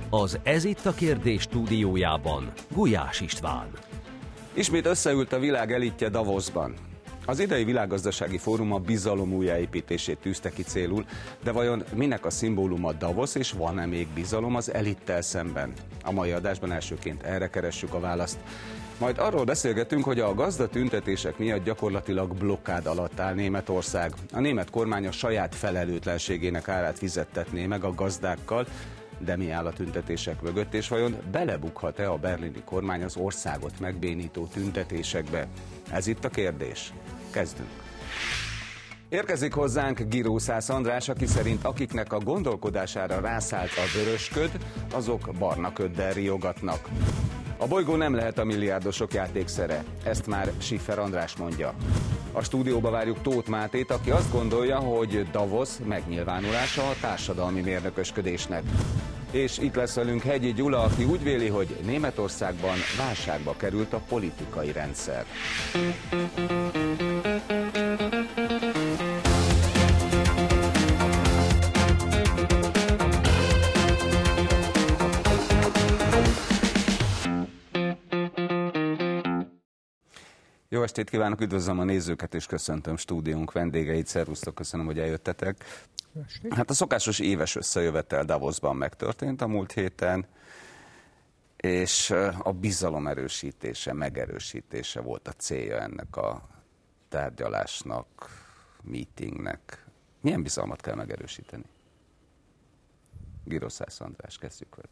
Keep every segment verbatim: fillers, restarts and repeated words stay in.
Az Ez itt a kérdés stúdiójában Gulyás István. Ismét összeült a világ elitje Davosban. Az idei világgazdasági fórum a bizalom újjáépítését tűzte ki célul, de vajon minek a szimbóluma Davos, és van-e még bizalom az elittel szemben? A mai adásban elsőként erre keressük a választ. Majd arról beszélgetünk, hogy a gazdatüntetések miatt gyakorlatilag blokkád alatt áll Németország. A német kormány a saját felelőtlenségének árát fizettetné meg a gazdákkal, de mi áll a tüntetések mögött, és vajon belebukhat-e a berlini kormány az országot megbénító tüntetésekbe? Ez itt a kérdés. Kezdünk. Érkezik hozzánk Girószász András, aki szerint akiknek a gondolkodására rászállt a vörösköd, azok barna köddel riogatnak. A bolygó nem lehet a milliárdosok játékszere, ezt már Schiffer András mondja. A stúdióba várjuk Tóth Mátét, aki azt gondolja, hogy Davos megnyilvánulása a társadalmi mérnökösködésnek. És itt lesz velünk Hegyi Gyula, aki úgy véli, hogy Németországban válságba került a politikai rendszer. Jó estét kívánok, üdvözlöm a nézőket, és köszöntöm stúdiónk vendégeit. Szervusztok, köszönöm, hogy eljöttetek. Hát a szokásos éves összejövetel Davosban megtörtént a múlt héten, és a bizalom erősítése, megerősítése volt a célja ennek a tárgyalásnak, meetingnek. Milyen bizalmat kell megerősíteni? Girószász András, kezdjük vele.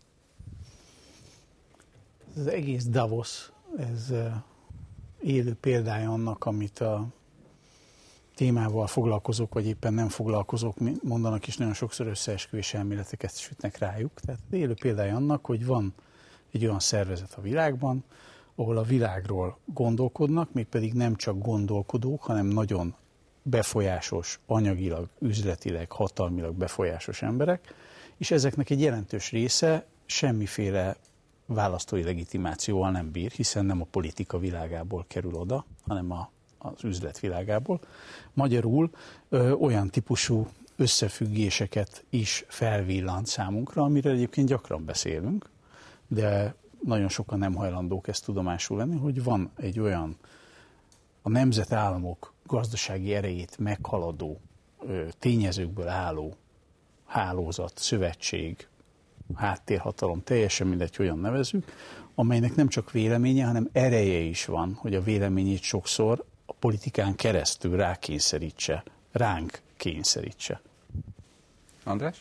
Az egész Davos, ez élő példája annak, amit a témával foglalkozók, vagy éppen nem foglalkozók mondanak, és nagyon sokszor összeesküvés elméleteket sütnek rájuk. Tehát élő példája annak, hogy van egy olyan szervezet a világban, ahol a világról gondolkodnak, mégpedig nem csak gondolkodók, hanem nagyon befolyásos, anyagilag, üzletileg, hatalmilag befolyásos emberek, és ezeknek egy jelentős része semmiféle választói legitimációval nem bír, hiszen nem a politika világából kerül oda, hanem a, az üzlet világából. Magyarul ö, olyan típusú összefüggéseket is felvillant számunkra, amiről egyébként gyakran beszélünk, de nagyon sokan nem hajlandók ezt tudomásul lenni, hogy van egy olyan a nemzetállamok gazdasági erejét meghaladó, ö, tényezőkből álló hálózat, szövetség, háttérhatalom, teljesen mindegy, hogyan nevezzük, amelynek nem csak véleménye, hanem ereje is van, hogy a véleményét sokszor a politikán keresztül rákényszerítse, ránk kényszerítse. András?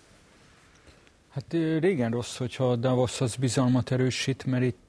Hát régen rossz, hogyha a Davos az bizalmat erősít, mert itt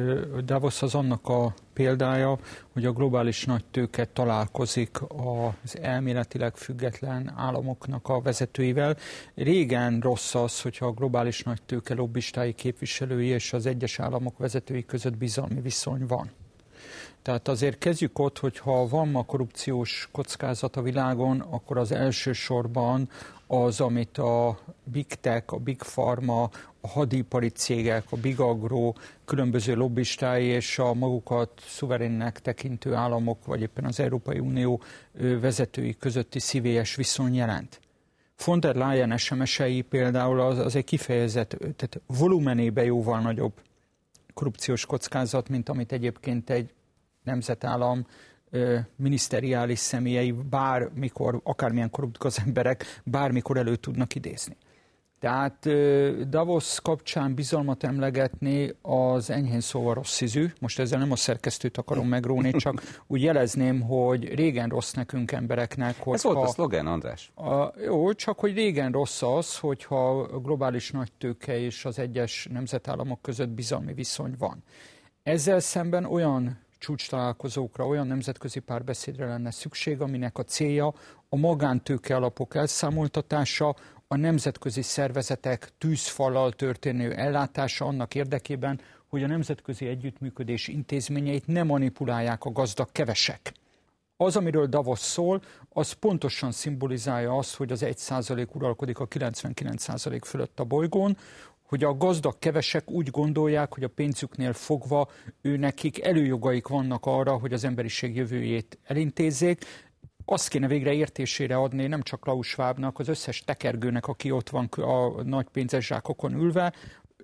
Davos az annak a példája, hogy a globális nagytőke találkozik az elméletileg független államoknak a vezetőivel. Régen rossz az, hogyha a globális nagytőke lobbistái képviselői és az egyes államok vezetői között bizalmi viszony van. Tehát azért kezdjük ott, hogy ha van ma korrupciós kockázat a világon, akkor az elsősorban az, amit a Big Tech, a Big Pharma, a hadipari cégek, a Big Agro, különböző lobbistái és a magukat szuverénnek tekintő államok, vagy éppen az Európai Unió vezetői közötti szívélyes viszony jelent. Von der Leyen es em es-ei például az, az egy kifejezett, tehát volumenében jóval nagyobb korrupciós kockázat, mint amit egyébként egy nemzetállam miniszteriális személyei bármikor, akármilyen korrupt gazemberek bármikor elő tudnak idézni. Tehát Davos kapcsán bizalmat emlegetni az enyhén szóval rossz ízű. Most ezzel nem a szerkesztőt akarom megróni, csak úgy jelezném, hogy régen rossz nekünk embereknek. Ez volt a szlogen, András. A, jó, csak hogy régen rossz az, hogyha a globális nagytőke és az egyes nemzetállamok között bizalmi viszony van. Ezzel szemben olyan csúcstalálkozókra, olyan nemzetközi párbeszédre lenne szükség, aminek a célja a magántőke alapok elszámoltatása, a nemzetközi szervezetek tűzfallal történő ellátása annak érdekében, hogy a nemzetközi együttműködés intézményeit ne manipulálják a gazdag kevesek. Az, amiről Davos szól, az pontosan szimbolizálja azt, hogy az egy százalék uralkodik a kilencvenkilenc százalék fölött a bolygón, hogy a gazdag kevesek úgy gondolják, hogy a pénzüknél fogva ő nekik előjogaik vannak arra, hogy az emberiség jövőjét elintézzék. Azt kéne végre értésére adni nem csak Klaus Schwabnak, az összes tekergőnek, aki ott van a nagy pénzes zsákokon ülve,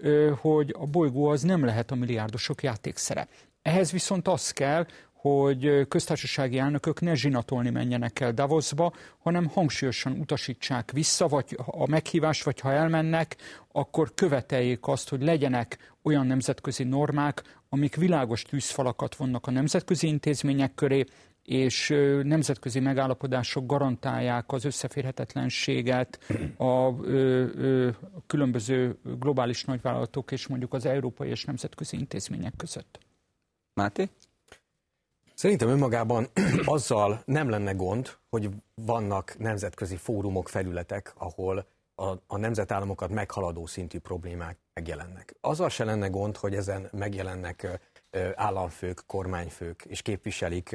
hogy a bolygó az nem lehet a milliárdosok játékszere. Ehhez viszont az kell, hogy köztársasági elnökök ne zsinatolni menjenek el Davosba, hanem hangsúlyosan utasítsák vissza, vagy a meghívás, vagy ha elmennek, akkor követeljék azt, hogy legyenek olyan nemzetközi normák, amik világos tűzfalakat vonnak a nemzetközi intézmények köré, és nemzetközi megállapodások garantálják az összeférhetetlenséget a ö, ö, különböző globális nagyvállalatok és mondjuk az európai és nemzetközi intézmények között. Máté? Szerintem önmagában azzal nem lenne gond, hogy vannak nemzetközi fórumok, felületek, ahol a, a nemzetállamokat meghaladó szintű problémák megjelennek. Azzal se lenne gond, hogy ezen megjelennek államfők, kormányfők, és képviselik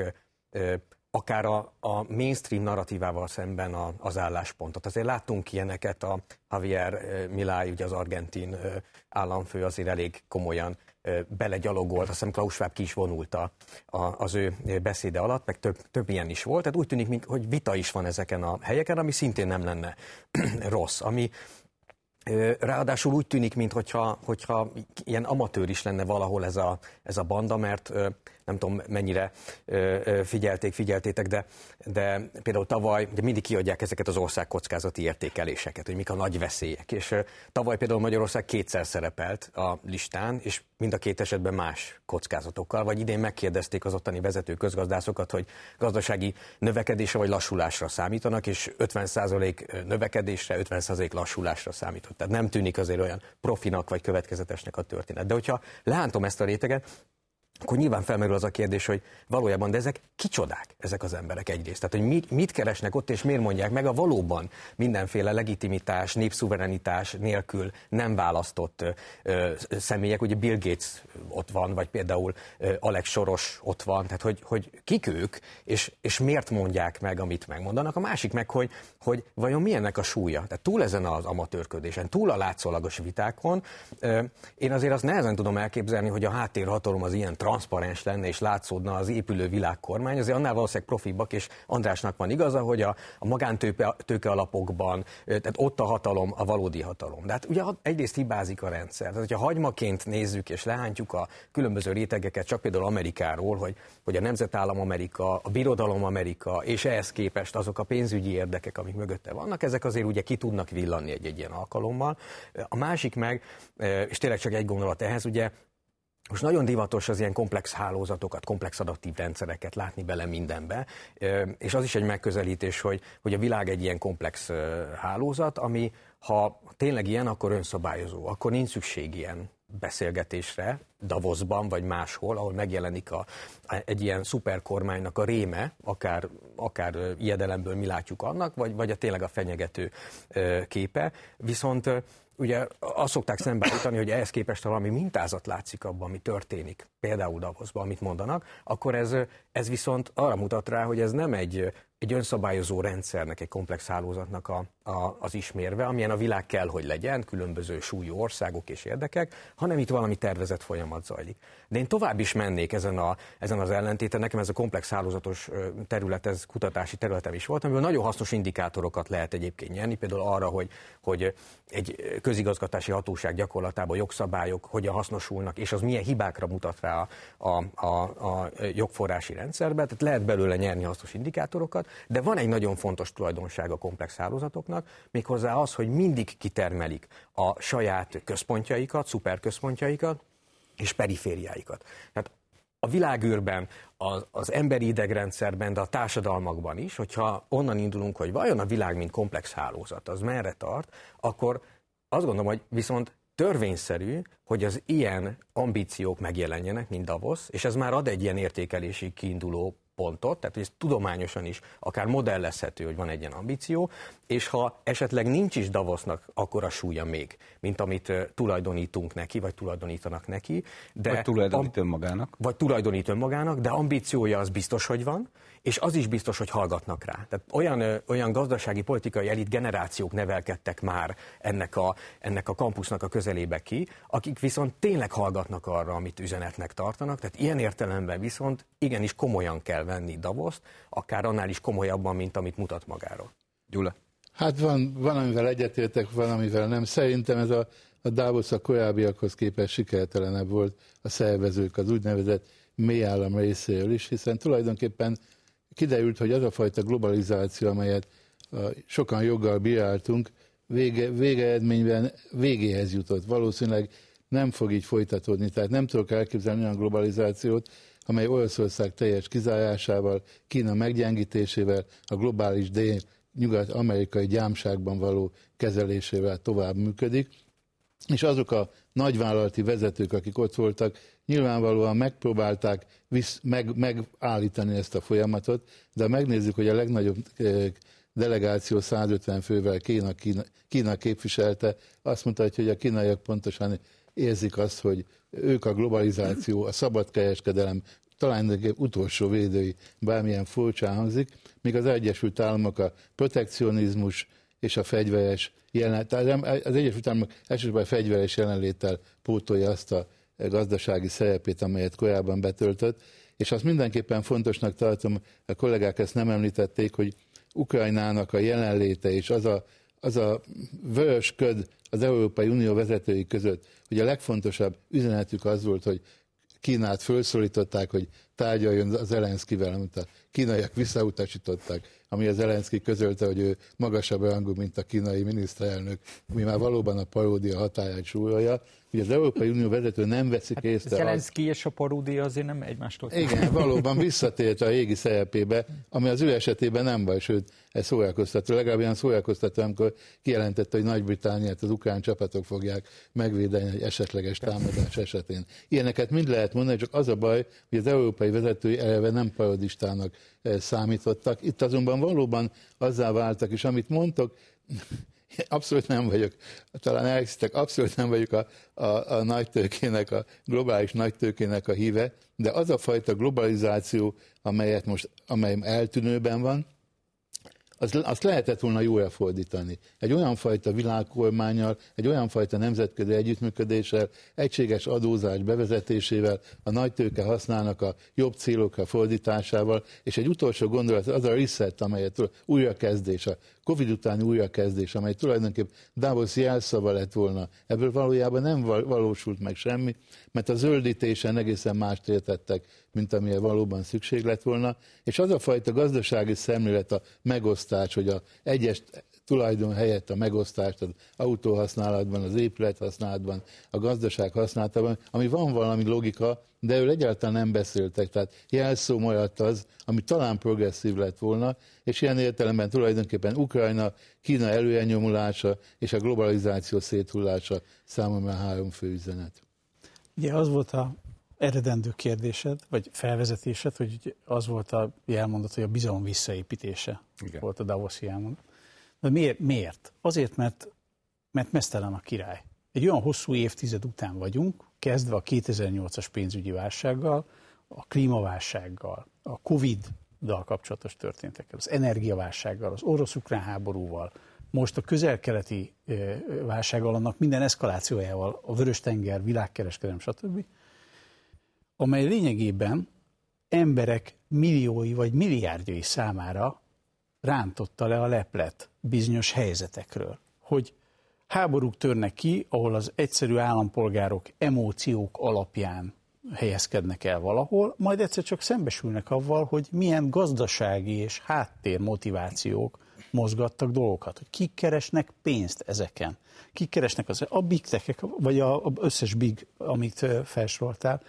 akár a, a mainstream narratívával szemben a, az álláspontot. Azért láttunk ilyeneket, a Javier Milei, ugye az argentin államfő azért elég komolyan belegyalogolt, azt hiszem Klaus Schwab ki is vonult a, a, az ő beszéde alatt, meg több, több ilyen is volt. Tehát úgy tűnik, hogy vita is van ezeken a helyeken, ami szintén nem lenne rossz. Ami ráadásul úgy tűnik, mintha hogyha ilyen amatőr is lenne valahol ez a, ez a banda, mert nem tudom mennyire figyelték, figyeltétek, de, de például tavaly ugye mindig kiadják ezeket az országkockázati értékeléseket, hogy mik a nagy veszélyek. És tavaly például Magyarország kétszer szerepelt a listán, és mind a két esetben más kockázatokkal, vagy idén megkérdezték az ottani vezető közgazdászokat, hogy gazdasági növekedésre vagy lassulásra számítanak, és ötven százalék növekedésre, ötven százalék lassulásra számított. Tehát nem tűnik azért olyan profinak vagy következetesnek a történet. De hogyha lehántom ezt a réteget, akkor nyilván felmerül az a kérdés, hogy valójában, de ezek kicsodák, ezek az emberek egyrészt. Tehát, hogy mit, mit keresnek ott, és miért mondják meg a valóban mindenféle legitimitás, népszuverenitás nélkül nem választott ö, személyek. Ugye Bill Gates ott van, vagy például ö, Alex Soros ott van, tehát hogy, hogy kik ők, és, és miért mondják meg, amit megmondanak. A másik meg, hogy, hogy vajon milyennek a súlya. Tehát túl ezen az amatőrködésen, túl a látszólagos vitákon, ö, én azért azt nehezen tudom elképzelni, hogy a háttérhatalom az ilyen transzparens lenne és látszódna az épülő világkormány, azért annál valószínűleg profibbak, és Andrásnak van igaza, hogy a, a magántőke alapokban, tehát ott a hatalom, a valódi hatalom. De hát ugye egyrészt hibázik a rendszer. Tehát, hogyha hagymaként nézzük és lehántjuk a különböző rétegeket, csak például Amerikáról, hogy, hogy a nemzetállam Amerika, a birodalom Amerika, és ehhez képest azok a pénzügyi érdekek, amik mögötte vannak, ezek azért ugye ki tudnak villanni egy-egy ilyen alkalommal. A másik meg, és tényleg csak egy gondolat ehhez, ugye most nagyon divatos az ilyen komplex hálózatokat, komplex adaptív rendszereket látni bele mindenbe, és az is egy megközelítés, hogy, hogy a világ egy ilyen komplex hálózat, ami ha tényleg ilyen, akkor önszabályozó, akkor nincs szükség ilyen beszélgetésre, Davosban vagy máshol, ahol megjelenik a, egy ilyen szuperkormánynak a réme, akár, akár ijedelemből mi látjuk annak, vagy, vagy a tényleg a fenyegető képe, viszont ugye azt szokták szembeállítani, hogy ehhez képest, ha valami mintázat látszik abban, ami történik, például Davosban, amit mondanak, akkor ez, ez viszont arra mutat rá, hogy ez nem egy, egy önszabályozó rendszernek, egy komplex hálózatnak a, a, az ismérve, amilyen a világ kell, hogy legyen, különböző súlyú országok és érdekek, hanem itt valami tervezett folyamat zajlik. De én tovább is mennék ezen, a, ezen az ellentéten, nekem ez a komplex hálózatos terület, ez kutatási területem is volt, amiből nagyon hasznos indikátorokat lehet egyébként nyerni, például arra, hogy, hogy egy közigazgatási hatóság gyakorlatában jogszabályok hogyan hasznosulnak, és az milyen hibákra mutat rá a, a, a, a jogforrási rendszerbe, tehát lehet belőle nyerni hasznos indikátorokat, de van egy nagyon fontos tulajdonság a komplex hálózatoknak, méghozzá az, hogy mindig kitermelik a saját központjaikat, szuperközpontjaikat és perifériáikat. Tehát a világűrben, az, az emberi idegrendszerben, de a társadalmakban is, hogyha onnan indulunk, hogy vajon a világ, mint komplex hálózat, az merre tart, akkor azt gondolom, hogy viszont törvényszerű, hogy az ilyen ambíciók megjelenjenek, mint Davos, és ez már ad egy ilyen értékelési kiinduló pontot, tehát hogy ez tudományosan is akár modellezhető, hogy van egy ilyen ambíció, és ha esetleg nincs is Davosnak akkora súlya még, mint amit uh, tulajdonítunk neki, vagy tulajdonítanak neki. De vagy tulajdonít önmagának. Vagy tulajdonít önmagának, de ambíciója az biztos, hogy van, és az is biztos, hogy hallgatnak rá. Tehát olyan, uh, olyan gazdasági, politikai elit generációk nevelkedtek már ennek a, ennek a kampusznak a közelébe ki, akik viszont tényleg hallgatnak arra, amit üzenetnek tartanak, tehát ilyen értelemben viszont igenis komolyan kell venni Davoszt, akár annál is komolyabban, mint amit mutat magáról. Gyula? Hát van, van amivel egyetértek, van amivel nem. Szerintem ez a a Davos a korábbiakhoz képest sikertelenebb volt a szervezők, az úgynevezett mélyállam részéről is, hiszen tulajdonképpen kiderült, hogy az a fajta globalizáció, amelyet sokan joggal bíráltunk, vége, végeredményben végéhez jutott. Valószínűleg nem fog így folytatódni. Tehát nem tudok elképzelni olyan globalizációt, amely Oroszország teljes kizárásával, Kína meggyengítésével, a globális dél nyugat-amerikai gyámságban való kezelésével tovább működik. És azok a nagyvállalati vezetők, akik ott voltak, nyilvánvalóan megpróbálták visz, meg, megállítani ezt a folyamatot, de ha megnézzük, hogy a legnagyobb delegáció százötven fővel Kína, Kína, Kína képviselte, azt mutatja, hogy a kínaiak pontosan érzik azt, hogy ők a globalizáció, a szabadkereskedelem talán utolsó védői, bármilyen furcsán hangzik, míg az Egyesült Államok a protekcionizmus és a fegyveres jelenlét, az Egyesült Államok elsősorban a fegyveres jelenléttel pótolja azt a gazdasági szerepét, amelyet korábban betöltött, és azt mindenképpen fontosnak tartom, a kollégák ezt nem említették, hogy Ukrajnának a jelenléte és az a, az a vörös köd az Európai Unió vezetői között, hogy a legfontosabb üzenetük az volt, hogy Kínát felszólították, hogy tárgyaljon az Zelenszkivel, amit a kínaiak visszautasították, ami az Zelenszky közölte, hogy ő magasabb rangú, mint a kínai miniszterelnök, ami már valóban a paródia határát súlyolja, hogy az Európai Unió vezető nem veszik részt. Hát Zelenszky és a paródia azért nem egymástól. Igen, valóban visszatért a régi szerepébe, ami az ő esetében nem baj, sőt, ez szórakoztató. Legalább olyan szórakoztató, amikor kijelentette, hogy Nagy-Britanniát az ukrán csapatok fogják megvédeni egy esetleges támadás esetén. Ilyeneket mind lehet mondani, csak az a baj, hogy az európai vezetői eleve nem parodistának számítottak. Itt azonban valóban azzá váltak, és amit mondtok, abszolút nem vagyok, talán elhisztek, abszolút nem vagyok a, a, a nagytőkének, a globális nagytőkének a híve, de az a fajta globalizáció, amelyet most, amely eltűnőben van, az, azt lehetett volna jóra fordítani. Egy olyan fajta világkormánnyal, egy olyan fajta nemzetközi együttműködéssel, egységes adózás bevezetésével, a nagytőke használnak a jobb célokra fordításával, és egy utolsó gondolat, az a reset, amelyet újrakezdés, a Covid utáni újrakezdés, amely tulajdonképpen Davos jelszava lett volna. Ebből valójában nem valósult meg semmi, mert a zöldítésen egészen mást értettek, mint amilyen valóban szükség lett volna, és az a fajta gazdasági szemlélet, a megosztás, hogy a egyes tulajdon helyett a megosztást az autóhasználatban, az épülethasználatban, a gazdaság használatában, ami van valami logika, de erről egyáltalán nem beszéltek. Tehát jelszó maradt az, ami talán progresszív lett volna, és ilyen értelemben tulajdonképpen Ukrajna, Kína előrenyomulása és a globalizáció széthullása számomra három fő üzenet. Ugye az volt a eredendő kérdésed, vagy felvezetésed, hogy az volt a jelmondat, hogy a bizalom visszaépítése. Igen. Volt a Davoszi jelmondat. De miért? miért? Azért, mert, mert meztelen a király. Egy olyan hosszú évtized után vagyunk, kezdve a kétezer-nyolcas pénzügyi válsággal, a klímaválsággal, a Covid-dal kapcsolatos történtekkel, az energiaválsággal, az orosz-ukrán háborúval, most a közel-keleti válsággal, annak minden eszkalációjával, a Vörös-tenger, világkereskedelem, stb., amely lényegében emberek milliói vagy milliárdjai számára rántotta le a leplet bizonyos helyzetekről. Hogy háborúk törnek ki, ahol az egyszerű állampolgárok emóciók alapján helyezkednek el valahol, majd egyszer csak szembesülnek avval, hogy milyen gazdasági és háttérmotivációk mozgattak dolgokat, hogy kik keresnek pénzt ezeken. Kik keresnek az, a big tech-ek, vagy az összes big, amit felsoroltál,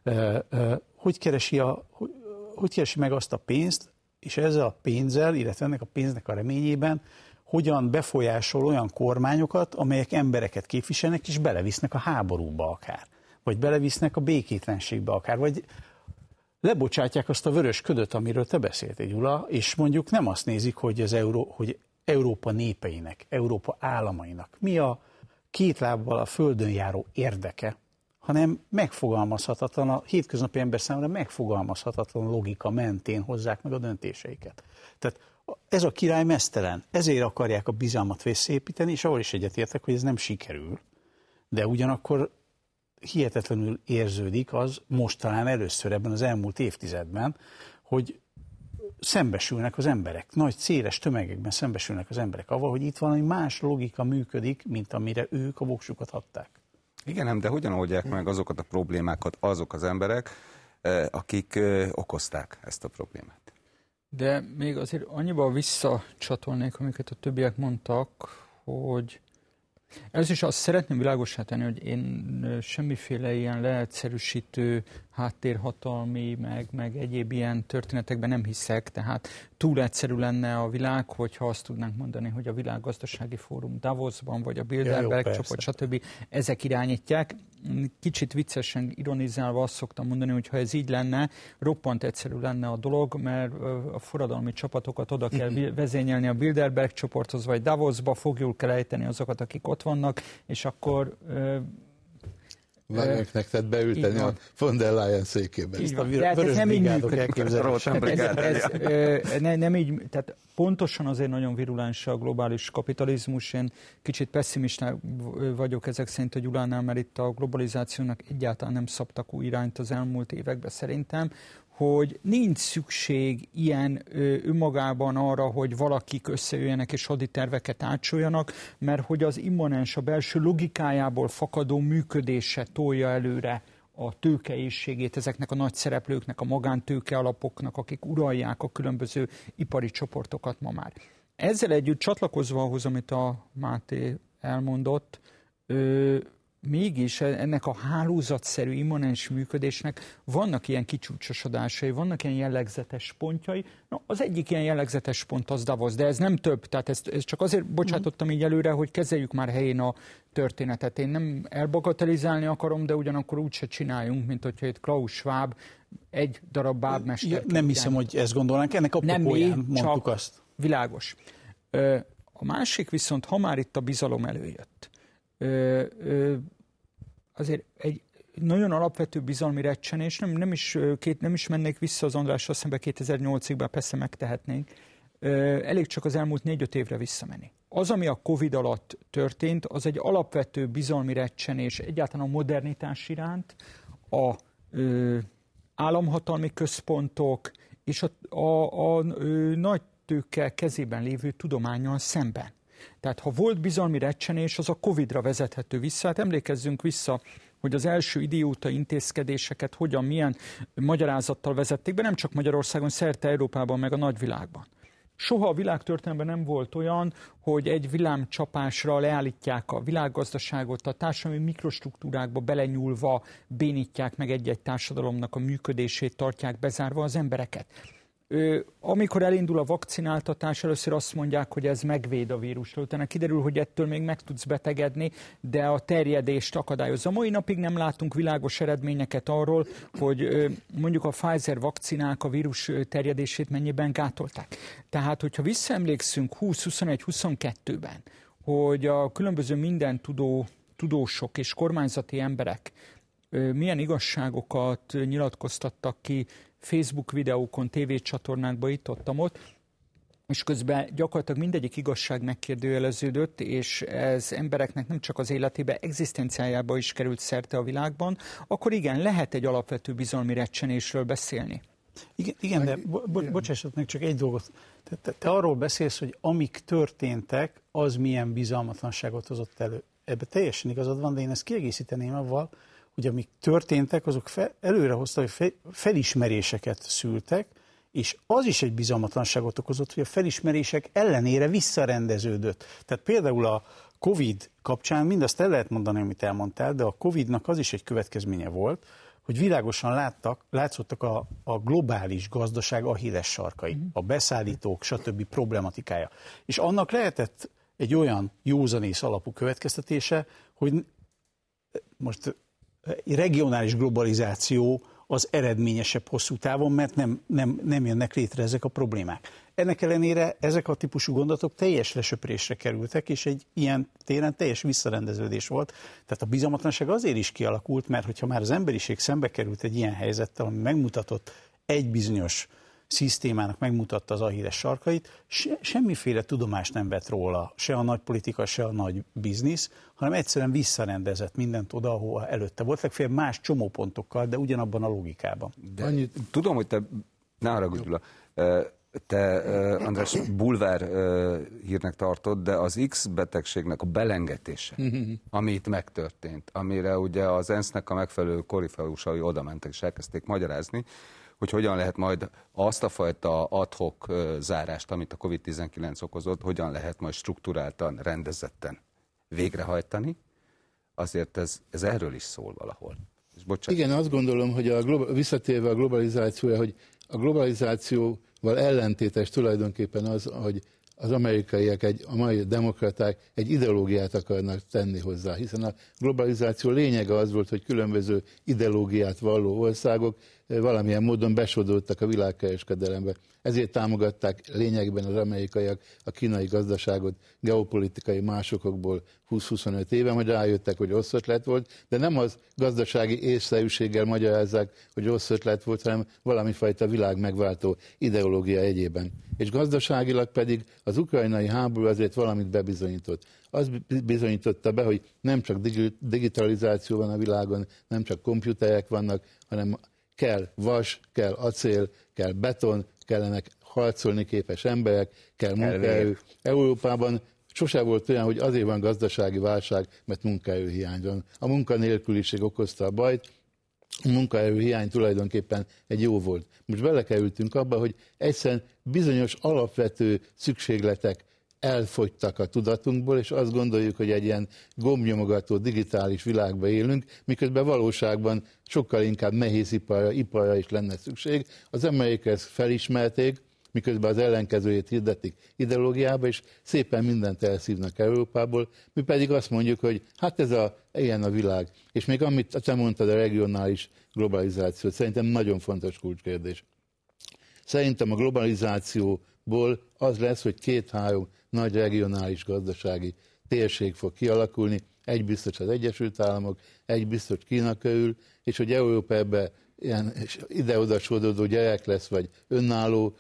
hogy keresi, a, hogy, hogy keresi meg azt a pénzt, és ezzel a pénzzel, illetve ennek a pénznek a reményében hogyan befolyásol olyan kormányokat, amelyek embereket képviselnek, és belevisznek a háborúba akár, vagy belevisznek a békétlenségbe akár, vagy lebocsátják azt a vörös ködöt, amiről te beszéltél, Gyula, és mondjuk nem azt nézik, hogy, az Euró, hogy Európa népeinek, Európa államainak mi a két lábbal a földön járó érdeke, hanem megfogalmazhatatlan, a hétköznapi ember számára megfogalmazhatatlan logika mentén hozzák meg a döntéseiket. Tehát ez a király meztelen, ezért akarják a bizalmat visszaépíteni, és ahol is egyetértek, hogy ez nem sikerül, de ugyanakkor hihetetlenül érződik az most talán először ebben az elmúlt évtizedben, hogy szembesülnek az emberek, nagy széles tömegekben szembesülnek az emberek avval, hogy itt valami más logika működik, mint amire ők a voksukat adták. Igen, nem, de hogyan oldják meg azokat a problémákat azok az emberek, akik okozták ezt a problémát? De még azért annyiban visszacsatolnék, amiket a többiek mondtak, hogy először is azt szeretném világossá tenni, hogy én semmiféle ilyen leegyszerűsítő háttérhatalmi, meg, meg egyéb ilyen történetekben nem hiszek, tehát túl egyszerű lenne a világ, hogyha azt tudnánk mondani, hogy a Világgazdasági Fórum Davosban, vagy a Bilderberg ja, csoport, stb. Ezek irányítják. Kicsit viccesen ironizálva azt szoktam mondani, hogy ha ez így lenne, roppant egyszerű lenne a dolog, mert a forradalmi csapatokat oda kell vezényelni a Bilderberg csoporthoz, vagy Davosba, fogjul kell ejteni azokat, akik ott vannak, és akkor... Várják neked beülteni a von der Leyen székébe. Így van, tehát ez nem így működik. Ez, ez, ne, nem így, tehát pontosan azért nagyon virulens a globális kapitalizmus. Én kicsit pessimista vagyok ezek szerint a Gyulánál, mert itt a globalizációnak egyáltalán nem szabtak új irányt az elmúlt években szerintem, hogy nincs szükség ilyen ö, önmagában arra, hogy valakik összejöjjenek és haditerveket átsoljanak, mert hogy az immanens, a belső logikájából fakadó működése tolja előre a tőkeészségét ezeknek a nagy szereplőknek, a magántőke alapoknak, akik uralják a különböző ipari csoportokat ma már. Ezzel együtt csatlakozva ahhoz, amit a Máté elmondott, ö, mégis ennek a hálózatszerű, immanens működésnek vannak ilyen kicsúcsosodásai, vannak ilyen jellegzetes pontjai. No, az egyik ilyen jellegzetes pont az Davos, de ez nem több. Tehát ezt, ezt csak azért bocsátottam így előre, hogy kezeljük már helyén a történetet. Én nem elbagatelizálni akarom, de ugyanakkor úgy se csináljunk, mint hogyha itt Klaus Schwab egy darab bábmester. Ja, nem hiszem, hogy ezt gondolnánk. Ennek apropóján mondtuk azt. Világos. A másik viszont, ha már itt a bizalom előjött, Ö, ö, azért egy nagyon alapvető bizalmi recsenés, nem, nem, is, két, nem is mennék vissza az Andrással szembe kétezer-nyolcig, bár persze megtehetnénk, ö, elég csak az elmúlt négy-öt évre visszamenni. Az, ami a Covid alatt történt, az egy alapvető bizalmi recsenés egyáltalán a modernitás iránt, a ö, államhatalmi központok és a, a, a, a ö, nagy tőke kezében lévő tudománnyal szemben. Tehát ha volt bizalmi recsenés, az a Covidra vezethető vissza. Hát emlékezzünk vissza, hogy az első idióta intézkedéseket hogyan, milyen magyarázattal vezették be, nem csak Magyarországon, szerte Európában, meg a nagyvilágban. Soha a világtörténelemben nem volt olyan, hogy egy villámcsapásra leállítják a világgazdaságot, a társadalmi mikrostruktúrákba belenyúlva bénítják meg egy-egy társadalomnak a működését, tartják bezárva az embereket. Amikor elindul a vakcináltatás, először azt mondják, hogy ez megvéd a vírustól. Utána kiderül, hogy ettől még meg tudsz betegedni, de a terjedést akadályozza. Mai napig nem látunk világos eredményeket arról, hogy mondjuk a Pfizer vakcinák a vírus terjedését mennyiben gátolták. Tehát, hogyha visszaemlékszünk húsz, huszonegy, huszonkettőben, hogy a különböző minden tudó, tudósok és kormányzati emberek milyen igazságokat nyilatkoztattak ki Facebook videókon, tévécsatornákban, itt-ottam ott, és közben gyakorlatilag mindegyik igazság megkérdőjeleződött, és ez embereknek nem csak az életébe, egzisztenciájába is került szerte a világban, akkor igen, lehet egy alapvető bizalmi recsenésről beszélni. Igen, igen de bo- bo- bocsássat meg csak egy dolgot. Te, te, te arról beszélsz, hogy amik történtek, az milyen bizalmatlanságot hozott elő. Ebbe teljesen igazad van, de én ezt kiegészíteném avval, hogy amik történtek, azok fe, előrehoztak, hogy fe, felismeréseket szültek, és az is egy bizalmatlanságot okozott, hogy a felismerések ellenére visszarendeződött. Tehát például a Covid kapcsán mindazt el lehet mondani, amit elmondtál, de a Covidnak az is egy következménye volt, hogy világosan láttak, látszottak a, a globális gazdaság achilles sarkai, a beszállítók, stb. Problematikája. És annak lehetett egy olyan józanész alapú következtetése, hogy most regionális globalizáció az eredményesebb hosszú távon, mert nem, nem, nem jönnek létre ezek a problémák. Ennek ellenére ezek a típusú gondolatok teljes lesöprésre kerültek, és egy ilyen téren teljes visszarendeződés volt. Tehát a bizalmatlanság azért is kialakult, mert hogyha már az emberiség szembe került egy ilyen helyzettel, ami megmutatott egy bizonyos szisztémának, megmutatta az achilles sarkait, se, semmiféle tudomást nem vett róla, se a nagy politika, se a nagy biznisz, hanem egyszerűen visszarendezett mindent oda, ahol előtte volt, legfeljebb más csomópontokkal, de ugyanabban a logikában. De Annyit... Tudom, hogy te, ne haragudj, Gyula, te, uh, András, bulvár uh, hírnek tartod, de az X betegségnek a belengetése, ami itt megtörtént, amire ugye az ENSZ-nek a megfelelő korifeusai oda mentek és elkezdték magyarázni, hogy hogyan lehet majd azt a fajta ad-hoc uh, zárást, amit a kovid tizenkilenc okozott, hogyan lehet majd strukturáltan, rendezetten végrehajtani, azért ez, ez erről is szól valahol. Igen, azt gondolom, hogy a global, visszatérve a globalizációra, hogy a globalizációval ellentétes tulajdonképpen az, hogy az amerikaiak, egy, a mai demokraták egy ideológiát akarnak tenni hozzá, hiszen a globalizáció lényege az volt, hogy különböző ideológiát valló országok valamilyen módon besodoltak a világkereskedelembe. Ezért támogatták lényegben az amerikaiak a kínai gazdaságot geopolitikai másokokból húsz-huszonöt éve, hogy rájöttek, hogy rossz ötlet volt, de nem az gazdasági észszerűséggel magyarázzák, hogy rossz ötlet volt, hanem valamifajta világ megváltó ideológia egyében. És gazdaságilag pedig az ukrajnai háború azért valamit bebizonyított. Az bizonyította be, hogy nem csak digitalizáció van a világon, nem csak komputerek vannak, hanem kell vas, kell acél, kell beton, kellenek harcolni képes emberek, kell munkaerő. Európában sose volt olyan, hogy azért van gazdasági válság, mert munkaerőhiány van. A munkanélküliség okozta a bajt, a munkaerőhiány tulajdonképpen egy jó volt. Most belekerültünk abba, hogy egyszerűen bizonyos alapvető szükségletek elfogytak a tudatunkból, és azt gondoljuk, hogy egy ilyen gombnyomogató digitális világban élünk, miközben valóságban sokkal inkább nehéz iparra, iparra is lenne szükség. Az amerikai ezt felismerték, miközben az ellenkezőjét hirdetik ideológiába, és szépen mindent elszívnak Európából, mi pedig azt mondjuk, hogy hát ez a, ilyen a világ. És még amit te mondtad, a regionális globalizáció, szerintem nagyon fontos kulcskérdés. Szerintem a globalizációból az lesz, hogy két-három nagy regionális gazdasági térség fog kialakulni, egy biztos az Egyesült Államok, egy biztos Kína körül, és hogy Európa ebbe ilyen ide-oda sodródó gyerek lesz, vagy önálló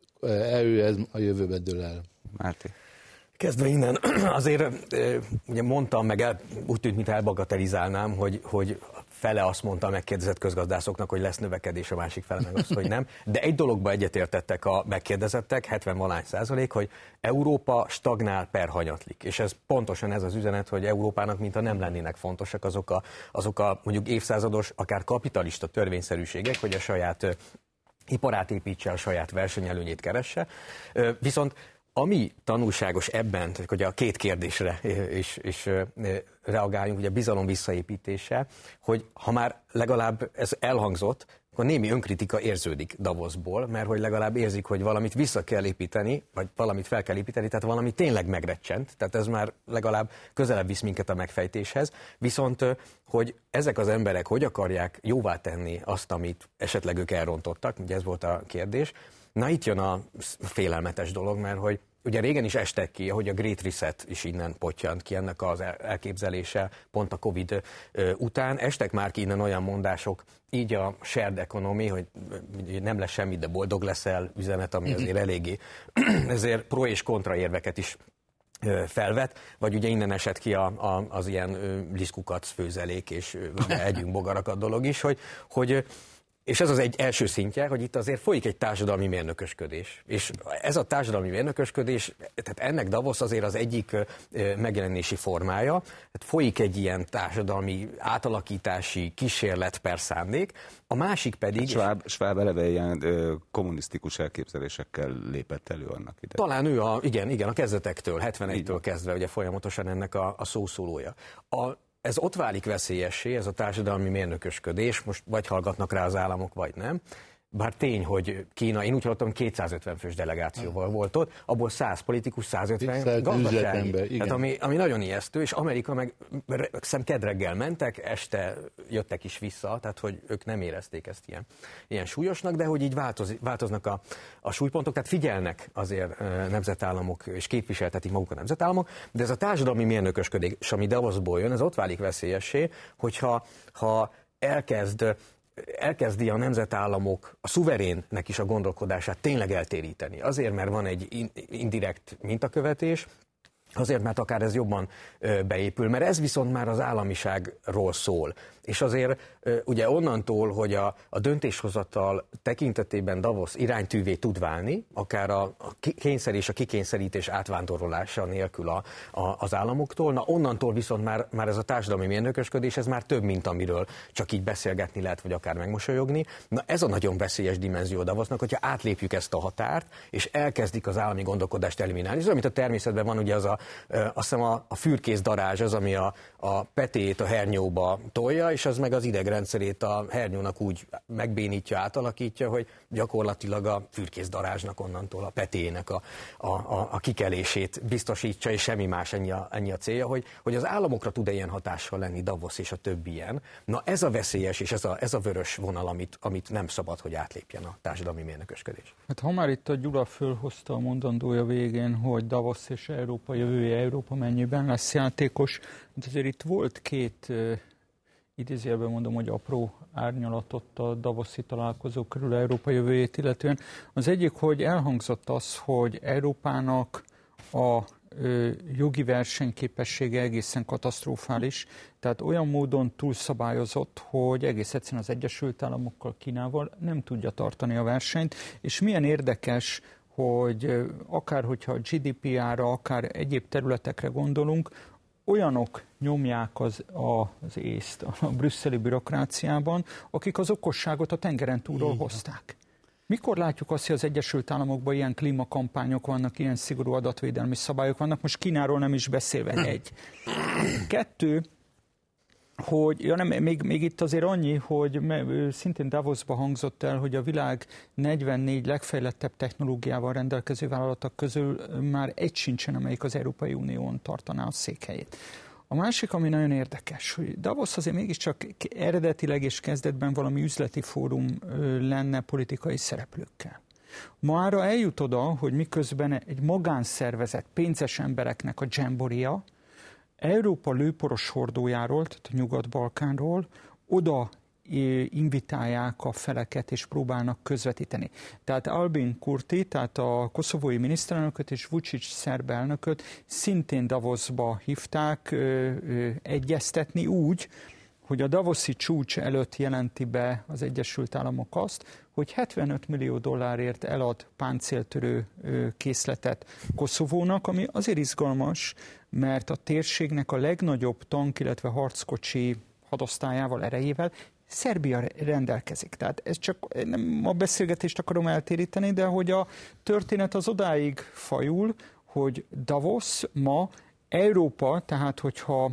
erő, ez a jövőbe dől el. Márti. Kezdve innen, azért ugye mondtam, meg el, úgy tűnt, mint elbagatelizálnám, hogy, hogy fele azt mondta a megkérdezett közgazdászoknak, hogy lesz növekedés, a másik fele meg az, hogy nem. De egy dologba egyetértettek a megkérdezettek, hetven-valány százalék, hogy Európa stagnál per hanyatlik. És ez pontosan ez az üzenet, hogy Európának mintha nem lennének fontosak azok a, azok a mondjuk évszázados, akár kapitalista törvényszerűségek, hogy a saját iparát építse, a saját versenyelőnyét keresse. Viszont ami tanulságos ebben, hogy a két kérdésre is, is reagáljunk, ugye a bizalom visszaépítése, hogy ha már legalább ez elhangzott, akkor némi önkritika érződik Davosból, mert hogy legalább érzik, hogy valamit vissza kell építeni, vagy valamit fel kell építeni, tehát valami tényleg megrecsent, tehát ez már legalább közelebb visz minket a megfejtéshez, viszont hogy ezek az emberek hogy akarják jóvá tenni azt, amit esetleg ők elrontottak, ugye ez volt a kérdés. Na itt jön a félelmetes dolog, mert hogy ugye régen is estek ki, hogy a Great Reset is innen pottyant ki, ennek az elképzelése pont a Covid után. Estek már ki innen olyan mondások, így a shared economy, hogy nem lesz semmi, de boldog leszel üzenet, ami azért eléggé ezért pro és kontra érveket is felvet, vagy ugye innen esett ki a, a, az ilyen liszkukac főzelék és együnk bogarakat dolog is, hogy, hogy és ez az egy első szintje, hogy itt azért folyik egy társadalmi mérnökösködés. És ez a társadalmi mérnökösködés, tehát ennek Davos azért az egyik megjelenési formája, tehát folyik egy ilyen társadalmi átalakítási kísérlet per szándék, a másik pedig... Schwab, Schwab eleve ilyen ö, kommunisztikus elképzelésekkel lépett elő annak ide. Talán ő a, igen, igen, a kezdetektől, hetvenegytől kezdve ugye folyamatosan ennek a, a szószólója. A, Ez ott válik veszélyessé, ez a társadalmi mérnökösködés, most vagy hallgatnak rá az államok, vagy nem. Bár tény, hogy Kína, én úgy hallottam, kétszázötven fős delegációval volt ott, abból száz politikus, százötven gazdasági. Tehát ami, ami nagyon ijesztő, és Amerika meg szem kedreggel mentek, este jöttek is vissza, tehát hogy ők nem érezték ezt ilyen, ilyen súlyosnak, de hogy így változ, változnak a, a súlypontok, tehát figyelnek azért nemzetállamok, és képviseltetik maguk a nemzetállamok, de ez a társadalmi mérnökösködés, ami Davosból jön, ez ott válik veszélyessé, hogyha ha elkezd elkezdi a nemzetállamok, a szuverénnek is a gondolkodását tényleg eltéríteni. Azért, mert van egy indirekt mintakövetés, azért, mert akár ez jobban beépül, mert ez viszont már az államiságról szól. És azért ugye onnantól, hogy a, a döntéshozatal tekintetében Davos iránytűvé tud válni, akár a, a kényszer és a kikényszerítés átvándorlása nélkül a, a, az államoktól, na onnantól viszont már, már ez a társadalmi mérnökösködés, ez már több, mint amiről csak így beszélgetni lehet, vagy akár megmosolyogni. Na ez a nagyon veszélyes dimenzió Davosnak, hogyha átlépjük ezt a határt, és elkezdik az állami gondolkodást eliminálni. Ez olyan, mint a természetben van ugye az a, azt hiszem a, a fürkész darázs az, ami a, a petéjét a hernyóba tolja, és az meg az idegrendszerét a hernyónak úgy megbénítja, átalakítja, hogy gyakorlatilag a fürkész darázsnak onnantól a petéjének a, a, a, a kikelését biztosítja, és semmi más, ennyi a, ennyi a célja, hogy, hogy az államokra tud-e ilyen hatással lenni Davos és a többi ilyen. Na ez a veszélyes, és ez a, ez a vörös vonal, amit, amit nem szabad, hogy átlépjen a társadalmi mérnökösködés. Hát ha már itt a Gyula fölhozta a mondandója végén, hogy Davos és Európa jövője, Európa mennyiben lesz játékos, de azért itt volt két, uh, idézőjelben mondom, hogy apró árnyalatot a davoszi találkozó körül Európa jövőjét illetően. Az egyik, hogy elhangzott az, hogy Európának a uh, jogi versenyképessége egészen katasztrofális, tehát olyan módon túlszabályozott, hogy egész egyszerűen az Egyesült Államokkal, Kínával nem tudja tartani a versenyt, és milyen érdekes, hogy akár hogyha a gé dé pé er-ra, akár egyéb területekre gondolunk, olyanok nyomják az, az észt a brüsszeli bürokráciában, akik az okosságot a tengeren túlról hozták. Mikor látjuk azt, hogy az Egyesült Államokban ilyen klímakampányok vannak, ilyen szigorú adatvédelmi szabályok vannak, most Kínáról nem is beszélve egy. Kettő, hogy, ja nem, még, még itt azért annyi, hogy szintén Davosban hangzott el, hogy a világ negyvennégy legfejlettebb technológiával rendelkező vállalatok közül már egy sincsen, amelyik az Európai Unión tartaná a székhelyét. A másik, ami nagyon érdekes, hogy Davos azért mégiscsak eredetileg és kezdetben valami üzleti fórum lenne politikai szereplőkkel. Mára eljut oda, hogy miközben egy magánszervezet pénzes embereknek a dzsemboria, Európa lőporos hordójáról, tehát a Nyugat-Balkánról oda invitálják a feleket és próbálnak közvetíteni. Tehát Albin Kurti, tehát a koszovói miniszterelnököt és Vučić szerb elnököt szintén Davosba hívták ö, ö, egyeztetni úgy, hogy a davoszi csúcs előtt jelenti be az Egyesült Államok azt, hogy hetvenöt millió dollárért elad páncéltörő készletet Koszovónak, ami azért izgalmas, mert a térségnek a legnagyobb tank, illetve harckocsi hadosztályával, erejével Szerbia rendelkezik. Tehát ez csak nem a beszélgetést akarom eltéríteni, de hogy a történet az odáig fajul, hogy Davos ma Európa, tehát hogyha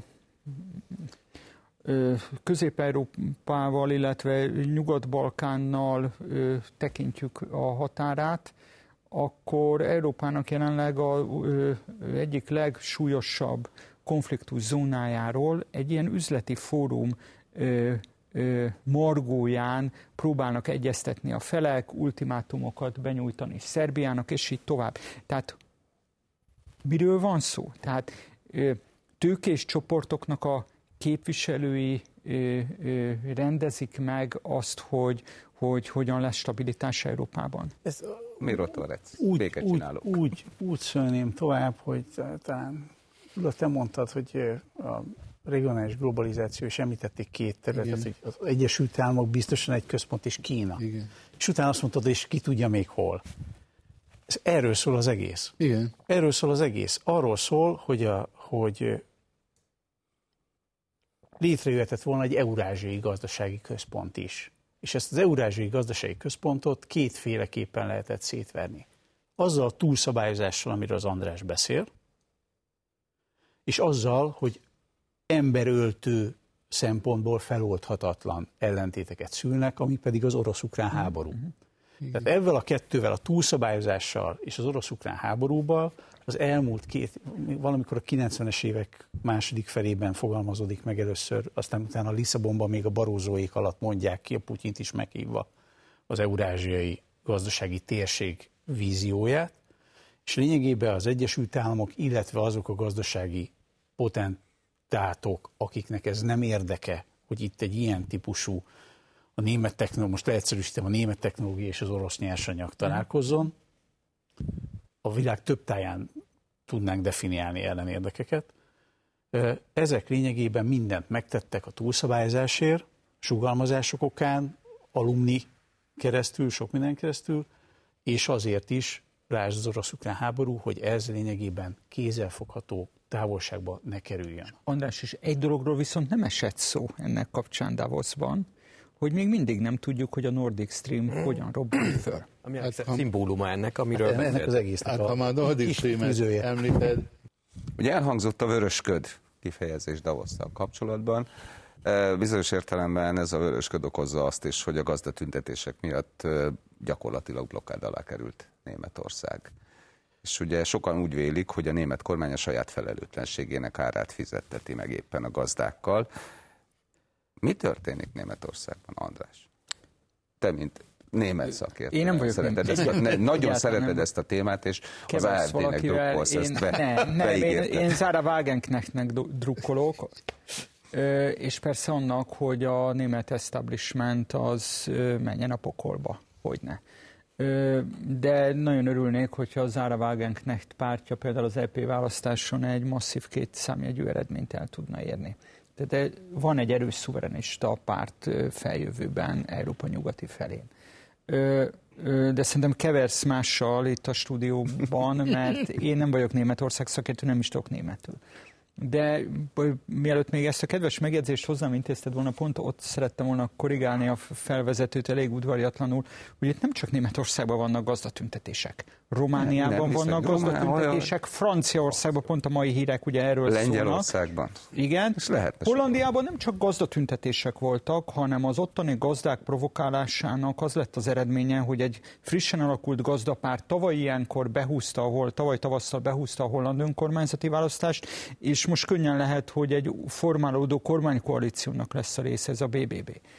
Közép-Európával, illetve Nyugat-Balkánnal tekintjük a határát, akkor Európának jelenleg az egyik legsúlyosabb konfliktus zónájáról egy ilyen üzleti fórum margóján próbálnak egyeztetni a felek, ultimátumokat benyújtani Szerbiának, és így tovább. Tehát miről van szó? Tehát tőkés csoportoknak a képviselői ö, ö, rendezik meg azt, hogy, hogy hogyan lesz stabilitás Európában. Ez miről Torec? Úgy, úgy, úgy, úgy szólném tovább, hogy talán te mondtad, hogy a regionális globalizáció, és említették két területet, hogy az Egyesült Államok biztosan egy központ, és Kína. Igen. És utána azt mondtad, és ki tudja még hol. Ez erről szól az egész. Igen. Erről szól az egész. Arról szól, hogy, a, hogy létrejöhetett volna egy eurázsiai gazdasági központ is. És ezt az eurázsiai gazdasági központot kétféleképpen lehetett szétverni. Azzal a túlszabályozással, amiről az András beszél, és azzal, hogy emberöltő szempontból feloldhatatlan ellentéteket szülnek, ami pedig az orosz-ukrán háború. Igen. Tehát ezzel a kettővel, a túlszabályozással és az orosz-ukrán háborúval az elmúlt két, valamikor a kilencvenes évek második felében fogalmazódik meg először, aztán utána a Lisszabonban még a Barózóék alatt mondják ki, a Putyint is meghívva, az eurázsiai gazdasági térség vízióját, és lényegében az Egyesült Államok, illetve azok a gazdasági potentátok, akiknek ez nem érdeke, hogy itt egy ilyen típusú, a német technológia, most leegyszerűsítem, a német technológia és az orosz nyersanyag találkozzon, a világ több táján tudnánk definiálni ellenérdekeket. Ezek lényegében mindent megtettek a túlszabályozásért, sugalmazások okán, alumni keresztül, sok minden keresztül, és azért is, lásd az orosz-ukrán háború, hogy ez lényegében kézzelfogható távolságba ne kerüljön. András, és egy dologról viszont nem esett szó ennek kapcsán Davosban, hogy még mindig nem tudjuk, hogy a Nordic Stream hmm. hogyan robban föl. Ami hát, a szimbóluma ennek, amiről hát ennek az egész. Hát ha már Nordic Streamet említed. Ugye elhangzott a vörösköd kifejezés Davosszal kapcsolatban. Bizonyos értelemben ez a vörösköd okozza azt is, hogy a gazdatüntetések miatt gyakorlatilag blokkád alá került Németország. És ugye sokan úgy vélik, hogy a német kormány a saját felelőtlenségének árát fizetteti meg éppen a gazdákkal. Mi történik Németországban, András? Te, mint német szakértő. Én nem vagyok szereted ezt a, ne, Nagyon szereted nem. ezt a témát, és az á ef dé-nek drukkolsz ezt be. Nem, nem én, én Zára Wagenknechtnek drukkolok, és persze annak, hogy a német establishment az menjen a pokolba, hogyne. De nagyon örülnék, hogyha a Zára Wagenknecht pártja például az é pé választáson egy masszív két számjegyű eredményt el tudna érni. De van egy erős szuverenista párt feljövőben Európa nyugati felén. De szerintem keversz mással itt a stúdióban, mert én nem vagyok Németország szakértő, nem is tudok németül. De mielőtt még ezt a kedves megjegyzést hozzám intézted volna, pont ott szerettem volna korrigálni a felvezetőt elég udvariatlanul, hogy itt nem csak Németországban vannak gazdatüntetések. Romániában nem, nem vannak gazdatüntetések, Franciaországban, pont a mai hírek ugye erről Lengyelországban. szólnak. Igen. Hollandiában nem csak gazdatüntetések voltak, hanem az ottani gazdák provokálásának az lett az eredménye, hogy egy frissen alakult gazdapárt tavaly ilyenkor behúzta, ahol tavaly tavasszal behúzta a holland önkormányzati választást, és most könnyen lehet, hogy egy formálódó kormánykoalíciónak lesz a része, ez a bé bé bé.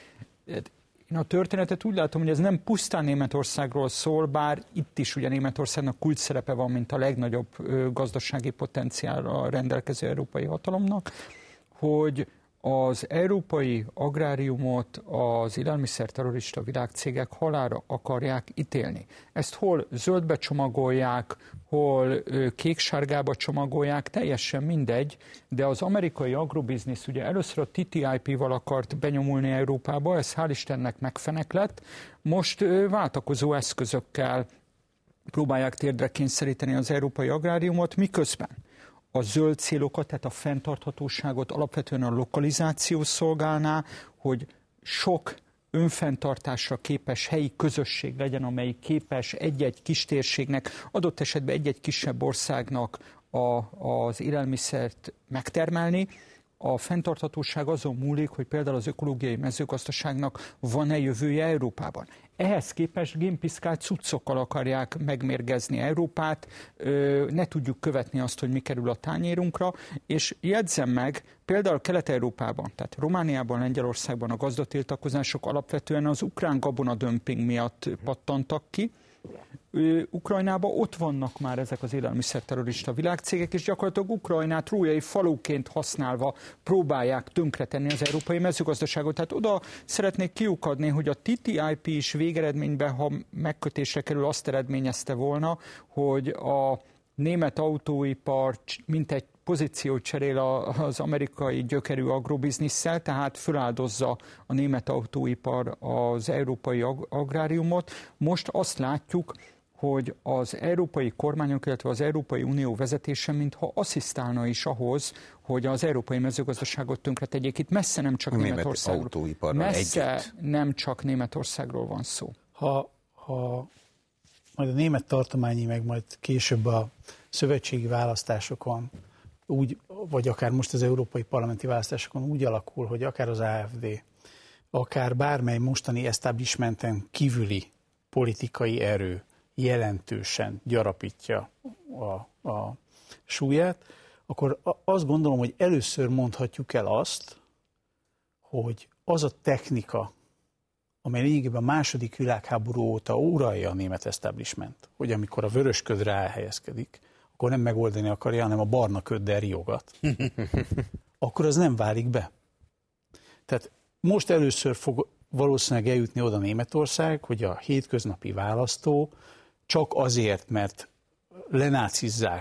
Én a történetet úgy látom, hogy ez nem pusztán Németországról szól, bár itt is ugye Németországnak kulcs szerepe van, mint a legnagyobb gazdasági potenciálra rendelkező európai hatalomnak, hogy az európai agráriumot az élelmiszerterrorista világcégek halálra akarják ítélni. Ezt hol zöldbe csomagolják, hol kék-sárgába csomagolják, teljesen mindegy, de az amerikai agrobiznisz ugye először a té té i pé-val akart benyomulni Európába, ez hál' Istennek megfenek lett, most váltakozó eszközökkel próbálják térdre kényszeríteni az európai agráriumot, miközben a zöld célokat, tehát a fenntarthatóságot alapvetően a lokalizáció szolgálná, hogy sok önfenntartásra képes helyi közösség legyen, amelyik képes egy-egy kis térségnek, adott esetben egy-egy kisebb országnak a, az élelmiszert megtermelni. A fenntarthatóság azon múlik, hogy például az ökológiai mezőgazdaságnak van-e jövője Európában. Ehhez képest génpiszkált cuccokkal akarják megmérgezni Európát, ne tudjuk követni azt, hogy mi kerül a tányérunkra, és jegyzem meg, például Kelet-Európában, tehát Romániában, Lengyelországban a gazdatiltakozások alapvetően az ukrán gabonadömping miatt pattantak ki. Ukrajnában ott vannak már ezek az élelmiszerterrorista világcégek, és gyakorlatilag Ukrajnát rójai faluként használva próbálják tönkretenni az európai mezőgazdaságot. Tehát oda szeretnék kiukadni, hogy a té té i pé is végeredményben, ha megkötésre kerül, azt eredményezte volna, hogy a német autóipar mintegy pozíciót cserél az amerikai gyökerű agrobizniszsel, tehát föláldozza a német autóipar az európai agráriumot. Most azt látjuk, hogy az európai kormányok, illetve az Európai Unió vezetése mintha asszisztálna is ahhoz, hogy az európai mezőgazdaságot tönkretegyék. Itt messze nem csak Németországról. Messze együtt. nem csak Németországról van szó. Ha, ha majd a német tartományi, meg majd később a szövetségi választásokon úgy, vagy akár most az európai parlamenti választásokon úgy alakul, hogy akár az á ef dé, akár bármely mostani establishmenten kívüli politikai erő jelentősen gyarapítja a, a súlyát, akkor azt gondolom, hogy először mondhatjuk el azt, hogy az a technika, amely lényegében a második világháború óta uralja a német establishment, hogy amikor a vörös ködre elhelyezkedik, akkor nem megoldani akarja, hanem a barna köddel riogat, akkor az nem válik be. Tehát most először fog valószínűleg eljutni oda Németország, hogy a hétköznapi választó csak azért, mert lenácizzák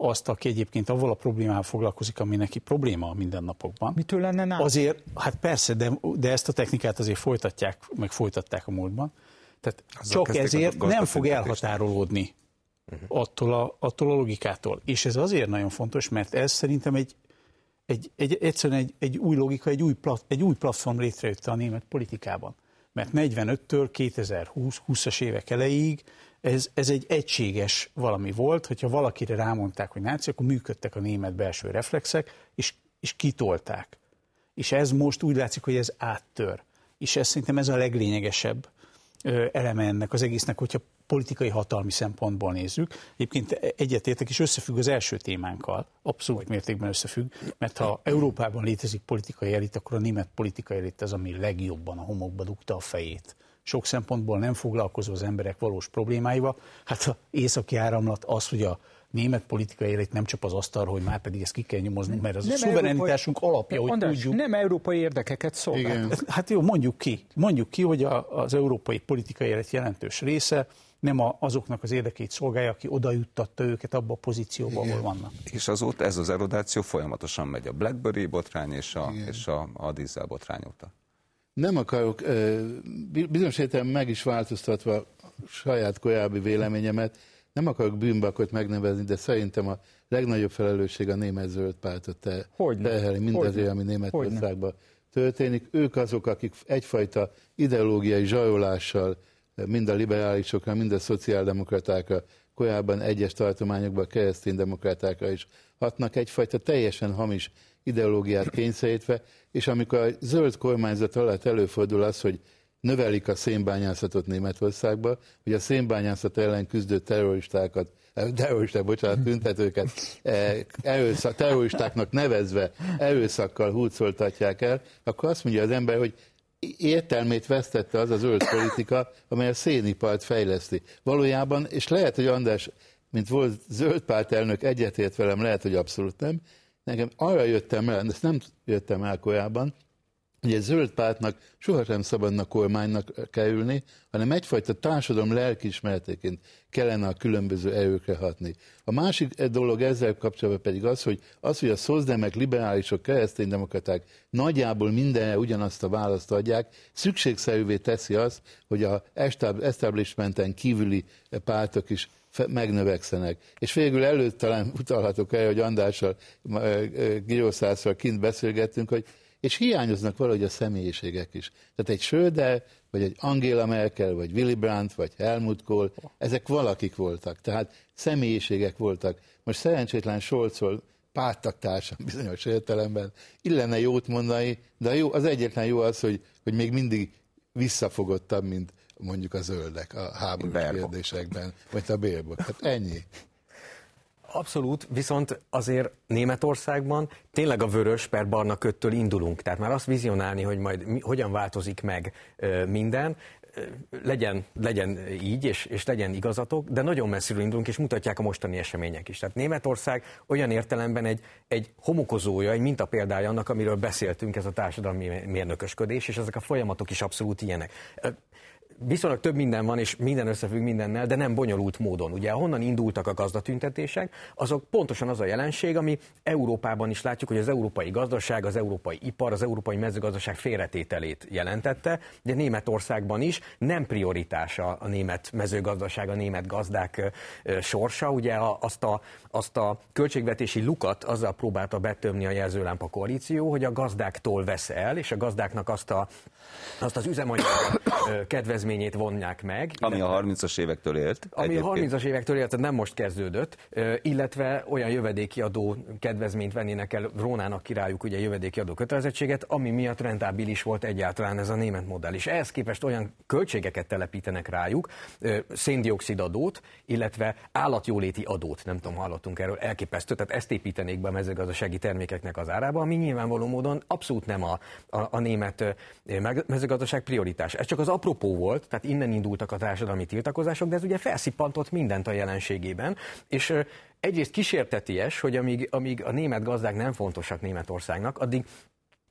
azt, aki egyébként avval a problémával foglalkozik, ami neki probléma a mindennapokban. Mitől lenne náci? Azért, hát persze, de, de ezt a technikát azért folytatják, meg folytatták a múltban. Tehát azzal csak ezért nem fog elhatárolódni uh-huh. attól, a, attól a logikától. És ez azért nagyon fontos, mert ez szerintem egy, egy, egy, egyszerűen egy, egy új logika, egy új, plat, egy új platform létrejött a német politikában. Mert negyvenöttől kétezer-húsz, húszas évek elejéig ez, ez egy egységes valami volt, hogyha valakire rámondták, hogy náci, akkor működtek a német belső reflexek, és, és kitolták. És ez most úgy látszik, hogy ez áttör. És ez szerintem ez a leglényegesebb eleme ennek az egésznek, hogyha politikai hatalmi szempontból nézzük. Egyébként egyetértek, és összefügg az első témánkkal, abszolút mértékben összefügg, mert ha Európában létezik politikai elit, akkor a német politikai elit az, ami legjobban a homokba dugta a fejét. Sok szempontból nem foglalkozó az emberek valós problémáival. Hát az északi áramlat az, hogy a német politikai elit nem csap az asztalra, hogy már pedig ezt ki kell nyomoznunk, mert az nem a szuverenitásunk európai, alapja, hogy András, tudjuk. Nem európai érdekeket szolgál. Igen. Hát jó, mondjuk ki. Mondjuk ki, hogy a, az európai politikai elit jelentős része nem a, azoknak az érdekét szolgálja, aki oda juttatta őket abba a pozícióba, ahol vannak. És azóta ez az erodáció folyamatosan megy a BlackBerry botrány és a, és a, a dízel botrány óta. Nem akarok, bizonyos értelemben meg is változtatva a saját korábbi véleményemet, nem akarok bűnbakot megnevezni, de szerintem a legnagyobb felelősség a német zöld pártot te, terheli mindazért, ami Németországban történik. Ők azok, akik egyfajta ideológiai zsarolással mind a liberálisokra, mind a szociáldemokratákra, korábban egyes tartományokban a kereszténydemokratákra is hatnak, egyfajta teljesen hamis ideológiát kényszerítve, és amikor a zöld kormányzat alatt előfordul az, hogy növelik a szénbányászatot Németországba, hogy a szénbányászat ellen küzdő terroristákat, terroristák, bocsánat, tüntetőket erőszak, terroristáknak nevezve erőszakkal hurcoltatják el, akkor azt mondja az ember, hogy értelmét vesztette az a zöld politika, amely a szénipart fejleszti. Valójában, és lehet, hogy András, mint volt zöld pártelnök, egyetért velem, lehet, hogy abszolút nem, nekem arra jöttem el, ezt nem jöttem el korábban, hogy egy zöld pártnak sohasem szabadna kormánynak kerülni, hanem egyfajta társadalom lelkiismeretéként kellene a különböző erőkre hatni. A másik dolog ezzel kapcsolatban pedig az, hogy az, hogy a szozdemek, liberálisok, kereszténydemokraták nagyjából mindenre ugyanazt a választ adják, szükségszerűvé teszi azt, hogy a establishmenten kívüli pártok is megnövekszenek. És végül előtt talán utalhatok el, hogy Andrással, Giroszásszal kint beszélgettünk, hogy és hiányoznak valahogy a személyiségek is. Tehát egy Schröder, vagy egy Angela Merkel, vagy Willy Brandt, vagy Helmut Kohl, ezek valakik voltak. Tehát személyiségek voltak. Most szerencsétlen Scholzról párttaktársam bizonyos értelemben illene jót mondani, de jó, az egyetlen jó az, hogy, hogy még mindig visszafogottabb, mint mondjuk a zöldek a háborús kérdésekben, vagy a Baerbock. Hát ennyi. Abszolút, viszont azért Németországban tényleg a vörös per barna köttől indulunk. Tehát már azt vizionálni, hogy majd mi, hogyan változik meg ö, minden, ö, legyen, legyen így, és, és legyen igazatok, de nagyon messziről indulunk, és mutatják a mostani események is. Tehát Németország olyan értelemben egy, egy homokozója, egy mintapéldája annak, amiről beszéltünk, ez a társadalmi mérnökösködés, és ezek a folyamatok is abszolút ilyenek. Viszonylag több minden van, és minden összefügg mindennel, de nem bonyolult módon. Ugye honnan indultak a gazdatüntetések, azok pontosan az a jelenség, ami Európában is látjuk, hogy az európai gazdaság, az európai ipar, az európai mezőgazdaság félretételét jelentette, de Németországban is nem prioritása a német mezőgazdaság, a német gazdák sorsa. Ugye azt a, azt a költségvetési lukat azzal próbálta betömni a jelzőlámpa koalíció, hogy a gazdáktól vesz el, és a gazdáknak azt, a, azt az üzemanyag kedvezményét vonják meg. Ami a harmincas évektől élt. Ami egyébként. a harmincas évektől élt, nem most kezdődött, illetve olyan jövedéki adó kedvezményt vennének el Rónának királyuk, ugye jövedéki adó kötelezettséget, ami miatt rentábilis volt egyáltalán ez a német modell. És ehhez képest olyan költségeket telepítenek rájuk, széndioxid adót, illetve állatjóléti adót, nem tudom, hallottunk erről, elképesztő, tehát ezt építenék be a mezőgazdasági termékeknek az árába, ami nyilvánvaló módon abszolút nem a, a, a német mezőgazdaság prioritás. Ez csak az apropó volt, tehát innen indultak a társadalmi tiltakozások, de ez ugye felszippantott mindent a jelenségében, és egyrészt kísérteties, hogy amíg, amíg a német gazdák nem fontosak Németországnak, addig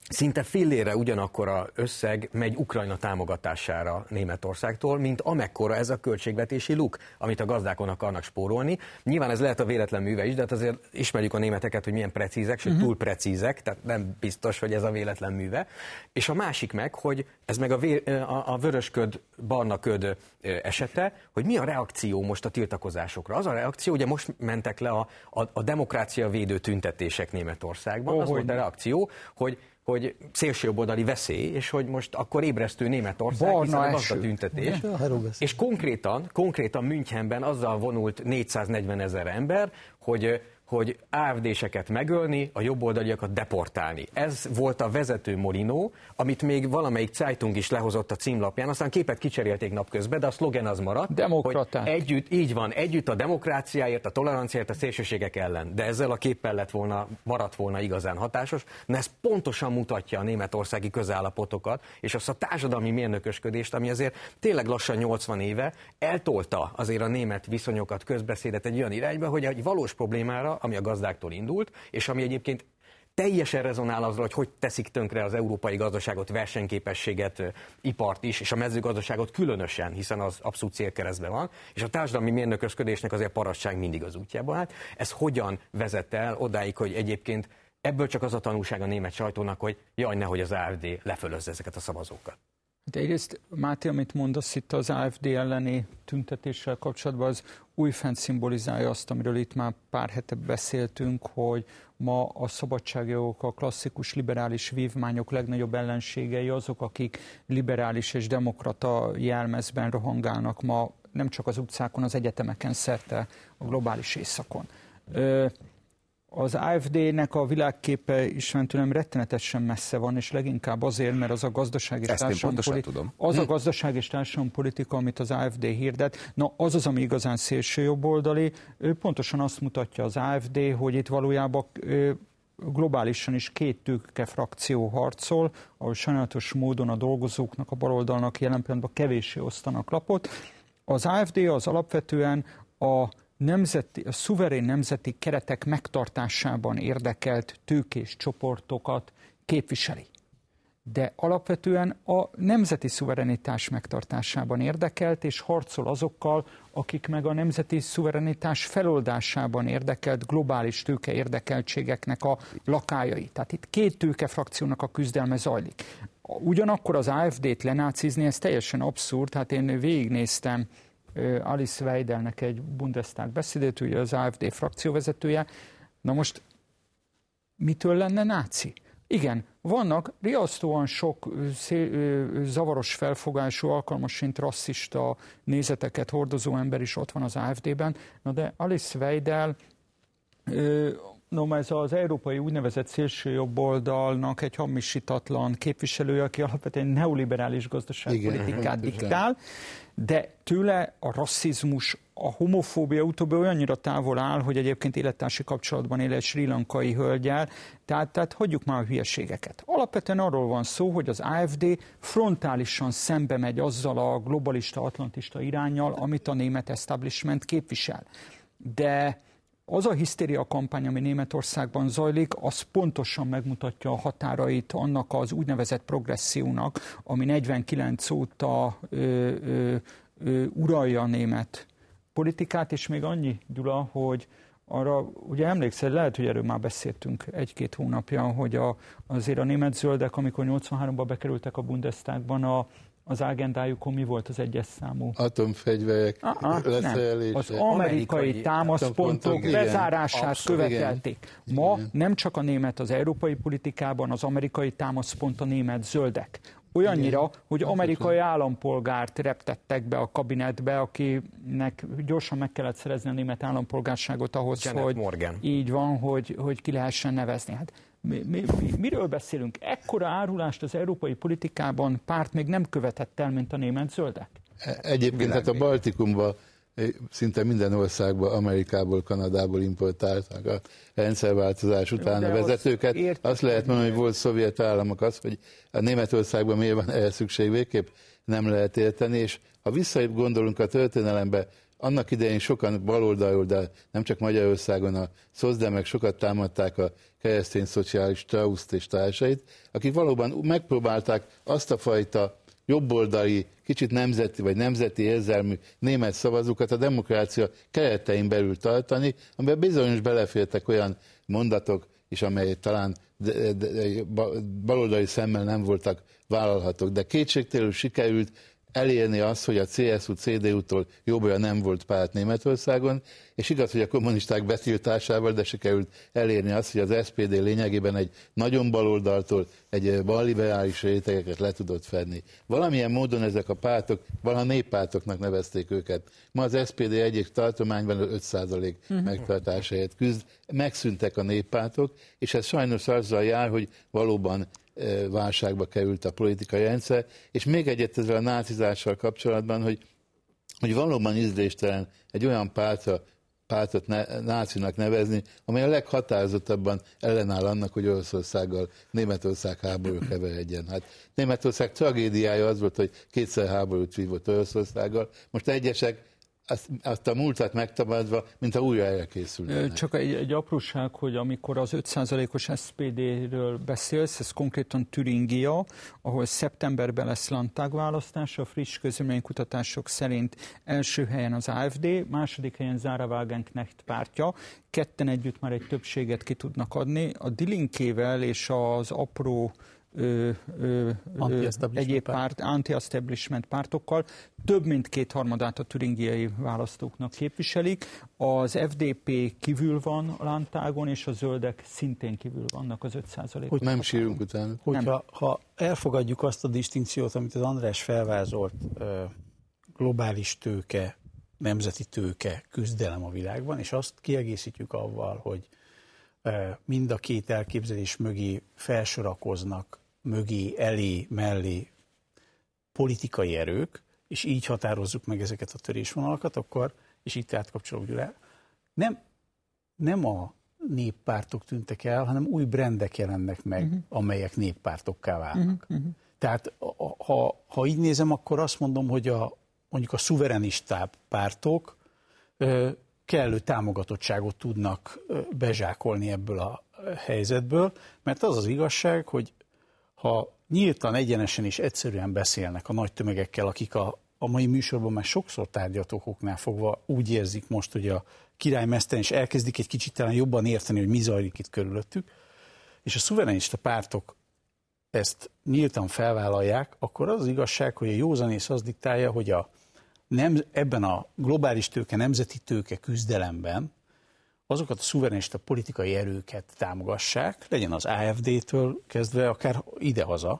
szinte fillére ugyanakkora összeg megy Ukrajna támogatására Németországtól, mint amekkora ez a költségvetési luk, amit a gazdákon akarnak spórolni. Nyilván ez lehet a véletlen műve is, de hát azért ismerjük a németeket, hogy milyen precízek, sőt túl precízek, tehát nem biztos, hogy ez a véletlen műve. És a másik meg, hogy ez meg a, vé, a, a vörösköd, barna köd esete, hogy mi a reakció most a tiltakozásokra. Az a reakció, ugye most mentek le a, a, a demokrácia védő tüntetések Németországban, oh, az volt a reakció, hogy hogy szélsőjobboldali veszély, és hogy most akkor ébresztő Németország, barna hiszen a gazdatüntetés. És konkrétan, konkrétan Münchenben azzal vonult négyszáznegyven ezer ember, hogy hogy á ef dé-seket megölni, a jobboldaliakat deportálni. Ez volt a vezető molinó, amit még valamelyik Zeitung is lehozott a címlapján, aztán képet kicserélték napközben, de a szlogen az maradt, demokraták. Hogy együtt, így van, együtt a demokráciáért, a toleranciáért, a szélsőségek ellen. De ezzel a képpel lett volna, maradt volna igazán hatásos, de ez pontosan mutatja a németországi közállapotokat, és azt a társadalmi mérnökösködést, ami azért tényleg lassan nyolcvan éve eltolta azért a német viszonyokat, közbeszédet egy olyan irányba, hogy egy valós problémára, ami a gazdáktól indult, és ami egyébként teljesen rezonál azzal, hogy hogy teszik tönkre az európai gazdaságot, versenyképességet, ipart is, és a mezőgazdaságot különösen, hiszen az abszolút célkeresztben van, és a társadalmi mérnökösködésnek azért parasság mindig az útjában állt. Ez hogyan vezet el odáig, hogy egyébként ebből csak az a tanulság a német sajtónak, hogy jaj, nehogy az á ef dé lefölözze ezeket a szavazókat. De egyrészt, Máté, amit mondasz itt az á ef dé elleni tüntetéssel kapcsolatban, az újfent szimbolizálja azt, amiről itt már pár hete beszéltünk, hogy ma a szabadságjogok, a klasszikus liberális vívmányok legnagyobb ellenségei azok, akik liberális és demokrata jelmezben rohangálnak ma nem csak az utcákon, az egyetemeken szerte a globális északon. Az á ef dé-nek a világképe is tőlem rettenetesen messze van, és leginkább azért, mert az a gazdaság és társadalompolitika, az a gazdaság és társadalompolitika, amit az á ef dé hirdet, na az az, ami igazán szélsőjobboldali, ő pontosan azt mutatja az á ef dé, hogy itt valójában globálisan is két tőke frakció harcol, ahol sajnálatos módon a dolgozóknak, a baloldalnak jelen pillanatban kevéssé osztanak lapot. Az á ef dé az alapvetően a Nemzeti, a szuverén nemzeti keretek megtartásában érdekelt tőkés csoportokat képviseli. De alapvetően a nemzeti szuverenitás megtartásában érdekelt, és harcol azokkal, akik meg a nemzeti szuverenitás feloldásában érdekelt globális tőke érdekeltségeknek a lakályai. Tehát itt két tőke frakciónak a küzdelme zajlik. Ugyanakkor az á ef dét lenácizni, ez teljesen abszurd, hát én végignéztem Alice Weidelnek egy Bundestag beszédét, ugye az á ef dé frakcióvezetője. Na most mitől lenne náci? Igen, vannak riasztóan sok zavaros felfogású, alkalmasint rasszista nézeteket hordozó ember is ott van az á ef dében, na de Alice Weidel, no, ez az európai úgynevezett szélsőjobboldalnak egy hamisítatlan képviselője, aki alapvetően neoliberális gazdaságpolitikát diktál, de tőle a rasszizmus, a homofóbia utóbbi olyannyira távol áll, hogy egyébként élettársi kapcsolatban él egy sri lankai hölgyel, tehát, tehát hagyjuk már a hülyeségeket. Alapvetően arról van szó, hogy az á ef dé frontálisan szembe megy azzal a globalista, atlantista iránnyal, amit a német establishment képvisel. De az a hisztéria kampány, ami Németországban zajlik, az pontosan megmutatja a határait annak az úgynevezett progressziónak, ami negyvenkilenc óta ö, ö, ö, uralja a német politikát, és még annyi, Gyula, hogy arra, ugye emlékszel, lehet, hogy erről már beszéltünk egy-két hónapja, hogy a, azért a német zöldek, amikor nyolcvanháromban bekerültek a Bundestagban, a az agendájukon mi volt az egyes számú? Atomfegyverek leszerelése. Az amerikai, amerikai támaszpontok bezárását igen. követelték. Ma igen. nem csak a német az európai politikában, az amerikai támaszpont a német zöldek. Olyannyira, igen. hogy amerikai állampolgárt reptettek be a kabinetbe, akinek gyorsan meg kellett szerezni a német állampolgárságot ahhoz, Janet hogy Morgan. így van, hogy, hogy ki lehessen nevezni. Hát Mi, mi, mi, miről beszélünk? Ekkora árulást az európai politikában párt még nem követett el, mint a német zöldek? Egyébként hát a Baltikumban szinte minden országban, Amerikából, Kanadából importálták a rendszerváltozás után a vezetőket. Azt, azt lehet mondani, hogy volt szovjet államok, az, hogy a Németországban miért van erre szükség, végképp nem lehet érteni, és ha visszagondolunk a történelembe, annak idején sokan baloldalról, de nem csak Magyarországon a szozdemek sokat támadták a keresztény szociális Strauszt és társait, akik valóban megpróbálták azt a fajta jobboldali, kicsit nemzeti vagy nemzeti érzelmű német szavazókat a demokrácia keretein belül tartani, amiben bizonyos belefértek olyan mondatok is, amelyek talán de, de, baloldali szemmel nem voltak vállalhatók, de kétségtelenül sikerült elérni azt, hogy a cé es u cé dé u-tól jobbra nem volt párt Németországon, és igaz, hogy a kommunisták betiltásával, de sikerült elérni azt, hogy az es pé dé lényegében egy nagyon baloldaltól egy balliberális rétegeket le tudott fedni. Valamilyen módon ezek a pártok, valaha néppártoknak nevezték őket. Ma az es pé dé egyik tartományban öt százalék uh-huh. megtartásáért küzd, megszűntek a néppártok, és ez sajnos azzal jár, hogy valóban válságba került a politikai rendszer, és még egyet ezzel a nácizással kapcsolatban, hogy, hogy valóban ízléstelen egy olyan pártra, pártot ne, nácinak nevezni, amely a leghatározottabban ellenáll annak, hogy Oroszországgal Németország háború keveredjen. Hát Németország tragédiája az volt, hogy kétszer háborút vívott Oroszországgal, most egyesek Azt, azt a múltat megtapadva, mint ha újra erre készülnének. Csak egy, egy apróság, hogy amikor az öt százalékos es pé dé-ről beszélsz, ez konkrétan Türingia, ahol szeptemberben lesz landtagválasztás, a friss közvéleménykutatások szerint első helyen az á ef dé, második helyen Sarah Wagenknecht pártja, ketten együtt már egy többséget ki tudnak adni. A Die Linkével és az apró Ö, ö, ö, egyéb párt, anti-establishment pártokkal több mint kétharmadát a türingiai választóknak képviselik. Az ef dé pé kívül van a Landtagon, és a zöldek szintén kívül vannak az öt százalék. Hogy nem sírunk utána. Hogyha ha elfogadjuk azt a disztinkciót, amit az András felvázolt, globális tőke, nemzeti tőke küzdelem a világban, és azt kiegészítjük avval, hogy mind a két elképzelés mögé felsorakoznak, mögé, elé, mellé politikai erők, és így határozzuk meg ezeket a törésvonalakat, akkor, és itt átkapcsolódjuk Gyulán, nem, nem a néppártok tűntek el, hanem új brendek jelennek meg, uh-huh. amelyek néppártokká válnak. Uh-huh. Tehát ha, ha így nézem, akkor azt mondom, hogy a, mondjuk a szuverenistább pártok ö, kellő támogatottságot tudnak bezsákolni ebből a helyzetből, mert az az igazság, hogy ha nyíltan, egyenesen és egyszerűen beszélnek a nagy tömegekkel, akik a, a mai műsorban már sokszor tárgyaltókoknál fogva úgy érzik most, hogy a királymesteren is elkezdik egy kicsit talán jobban érteni, hogy mi zajlik itt körülöttük, és a szuverenista pártok ezt nyíltan felvállalják, akkor az az igazság, hogy a józanész az diktálja, hogy a Nem, ebben a globális tőke, nemzeti tőke küzdelemben azokat a szuverenista politikai erőket támogassák, legyen az á ef dé-től kezdve akár idehaza,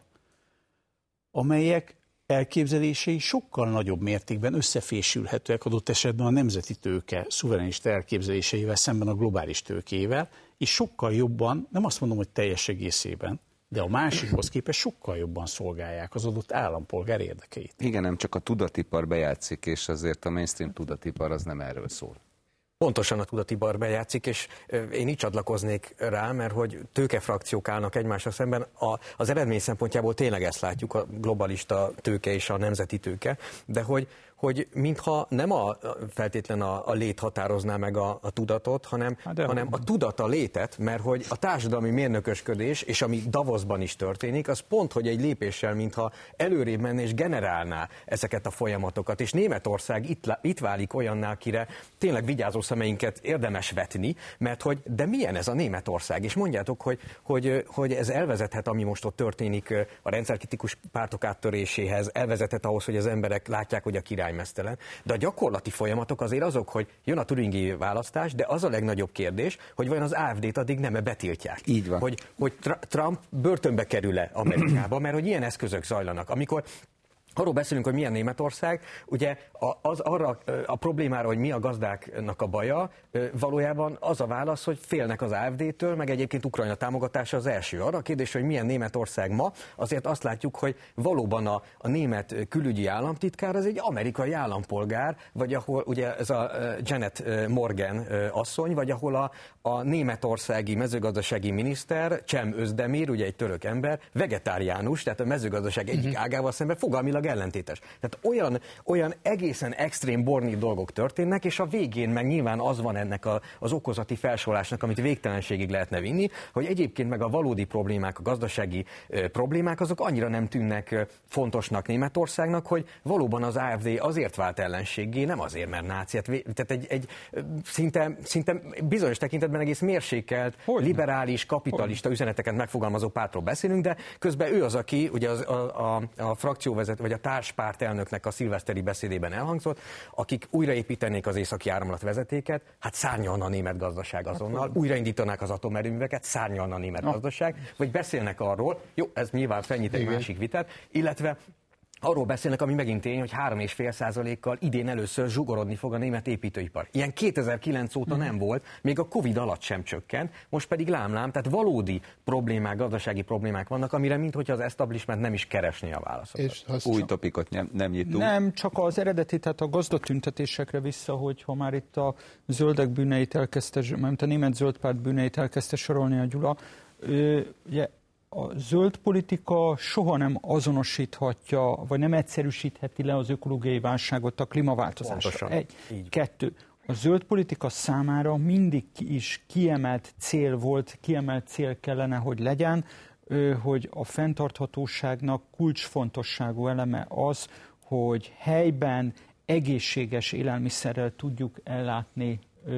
amelyek elképzelései sokkal nagyobb mértékben összefésülhetőek adott esetben a nemzeti tőke szuverenista elképzeléseivel szemben a globális tőkével, és sokkal jobban, nem azt mondom, hogy teljes egészében, de a másikhoz képest sokkal jobban szolgálják az adott állampolgár érdekeit. Igen, nem csak a tudatipar bejátszik, és azért a mainstream tudatipar az nem erről szól. Pontosan a tudatipar bejátszik, és én így csatlakoznék rá, mert hogy tőkefrakciók állnak egymásra szemben. A, az eredmény szempontjából tényleg ezt látjuk, a globalista tőke és a nemzeti tőke, de hogy hogy mintha nem a, feltétlen a, a lét határozná meg a, a tudatot, hanem, hanem a tudat a létet, mert hogy a társadalmi mérnökösködés, és ami Davosban is történik, az pont, hogy egy lépéssel, mintha előrébb menne és generálná ezeket a folyamatokat, és Németország itt, itt válik olyanná, akire tényleg vigyázó szemeinket érdemes vetni, mert hogy, de milyen ez a Németország? És mondjátok, hogy, hogy, hogy ez elvezethet, ami most ott történik a rendszerkritikus pártok áttöréséhez, elvezethet ahhoz, hogy az emberek látják, hogy a király mesztelen. De a gyakorlati folyamatok azért azok, hogy jön a türingiai választás, de az a legnagyobb kérdés, hogy vajon az á ef dét addig nem betiltják. Így van. Hogy, hogy Trump börtönbe kerül-e Amerikába, mert hogy ilyen eszközök zajlanak. Amikor arról beszélünk, hogy milyen Németország, ugye az arra a problémára, hogy mi a gazdáknak a baja, valójában az a válasz, hogy félnek az á ef dé-től, meg egyébként Ukrajna támogatása az első. Arra a kérdés, hogy milyen Németország ma, azért azt látjuk, hogy valóban a, a német külügyi államtitkár az egy amerikai állampolgár, vagy ahol ugye ez a Janet Morgan asszony, vagy ahol a, a németországi mezőgazdasági miniszter, Cem Özdemir, ugye egy török ember, vegetáriánus, tehát a mezőgazdaság egyik ágával szemben fogalmilag gyakorlatilag ellentétes. Tehát olyan, olyan egészen extrém borni dolgok történnek, és a végén meg nyilván az van ennek a, az okozati felsorolásnak, amit végtelenségig lehetne vinni, hogy egyébként meg a valódi problémák, a gazdasági ö, problémák, azok annyira nem tűnnek ö, fontosnak Németországnak, hogy valóban az á ef dé azért vált ellenséggé, nem azért, mert náciát, tehát egy, egy szinte, szinte bizonyos tekintetben egész mérsékelt, Hogyne. liberális, kapitalista Hogyne. üzeneteket megfogalmazó pártról beszélünk, de közben ő az, aki ugye az, a, a, a frakcióvezető, vagy a társpárt elnöknek a szilveszteri beszédében elhangzott, akik újraépítenék az északi áramlat vezetéket, hát szárnyalna a német gazdaság azonnal, újraindítanák az atomerőműveket, szárnyalna a német no. gazdaság, vagy beszélnek arról, jó, ez nyilván felnyit egy Igen. másik vitát, illetve arról beszélnek, ami megint tény, hogy három egész öt százalékkal idén először zsugorodni fog a német építőipar. Ilyen kétezer-kilenc óta nem volt, még a Covid alatt sem csökkent, most pedig lámlám, tehát valódi problémák, gazdasági problémák vannak, amire minthogyha az establishment nem is keresné a válaszokat. És új csak... topikot nem, nem nyitunk. Nem, csak az eredeti, tehát a gazdatüntetésekre vissza, hogy ha már itt a zöldek bűneit elkezdte, mert a német zöld párt bűneit elkezdte sorolni a Gyula, ő, ugye, a zöld politika soha nem azonosíthatja, vagy nem egyszerűsítheti le az ökológiai válságot a klímaváltozásra. Egy. Így. Kettő. A zöld politika számára mindig is kiemelt cél volt, kiemelt cél kellene, hogy legyen, hogy a fenntarthatóságnak kulcsfontosságú eleme az, hogy helyben egészséges élelmiszerrel tudjuk ellátni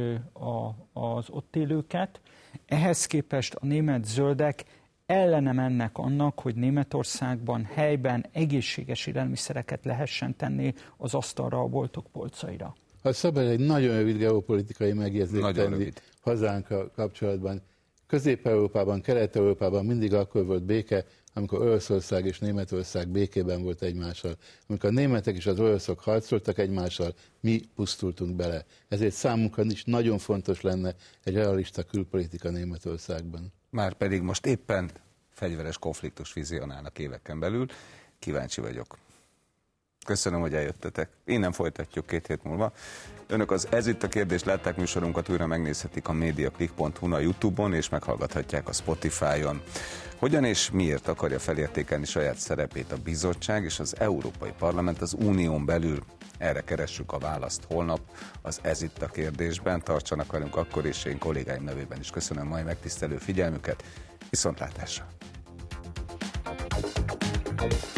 az ott élőket. Ehhez képest a német zöldek ellene mennek annak, hogy Németországban helyben egészséges élelmiszereket lehessen tenni az asztalra, a boltok polcaira. Ha szabad egy nagyon rövid geopolitikai megjegyzést tenni rövid. hazánkkal kapcsolatban. Közép-Európában, Kelet-Európában mindig akkor volt béke, amikor Oroszország és Németország békében volt egymással. Amikor a németek és az oroszok harcoltak egymással, mi pusztultunk bele. Ezért számunkra is nagyon fontos lenne egy realista külpolitika Németországban. Már pedig most éppen fegyveres konfliktus vizionálnak éveken belül. Kíváncsi vagyok. Köszönöm, hogy eljöttetek. Innen folytatjuk két hét múlva. Önök az Ez itt a kérdés látták, műsorunkat újra megnézhetik a mediaclick pont hu a YouTube-on, és meghallgathatják a Spotify-on. Hogyan és miért akarja felértékelni saját szerepét a bizottság és az Európai Parlament az Unión belül? Erre keressük a választ holnap az Ez itt a kérdésben. Tartsanak velünk akkor, és én kollégáim nevében is köszönöm mai megtisztelő figyelmüket. Viszontlátásra!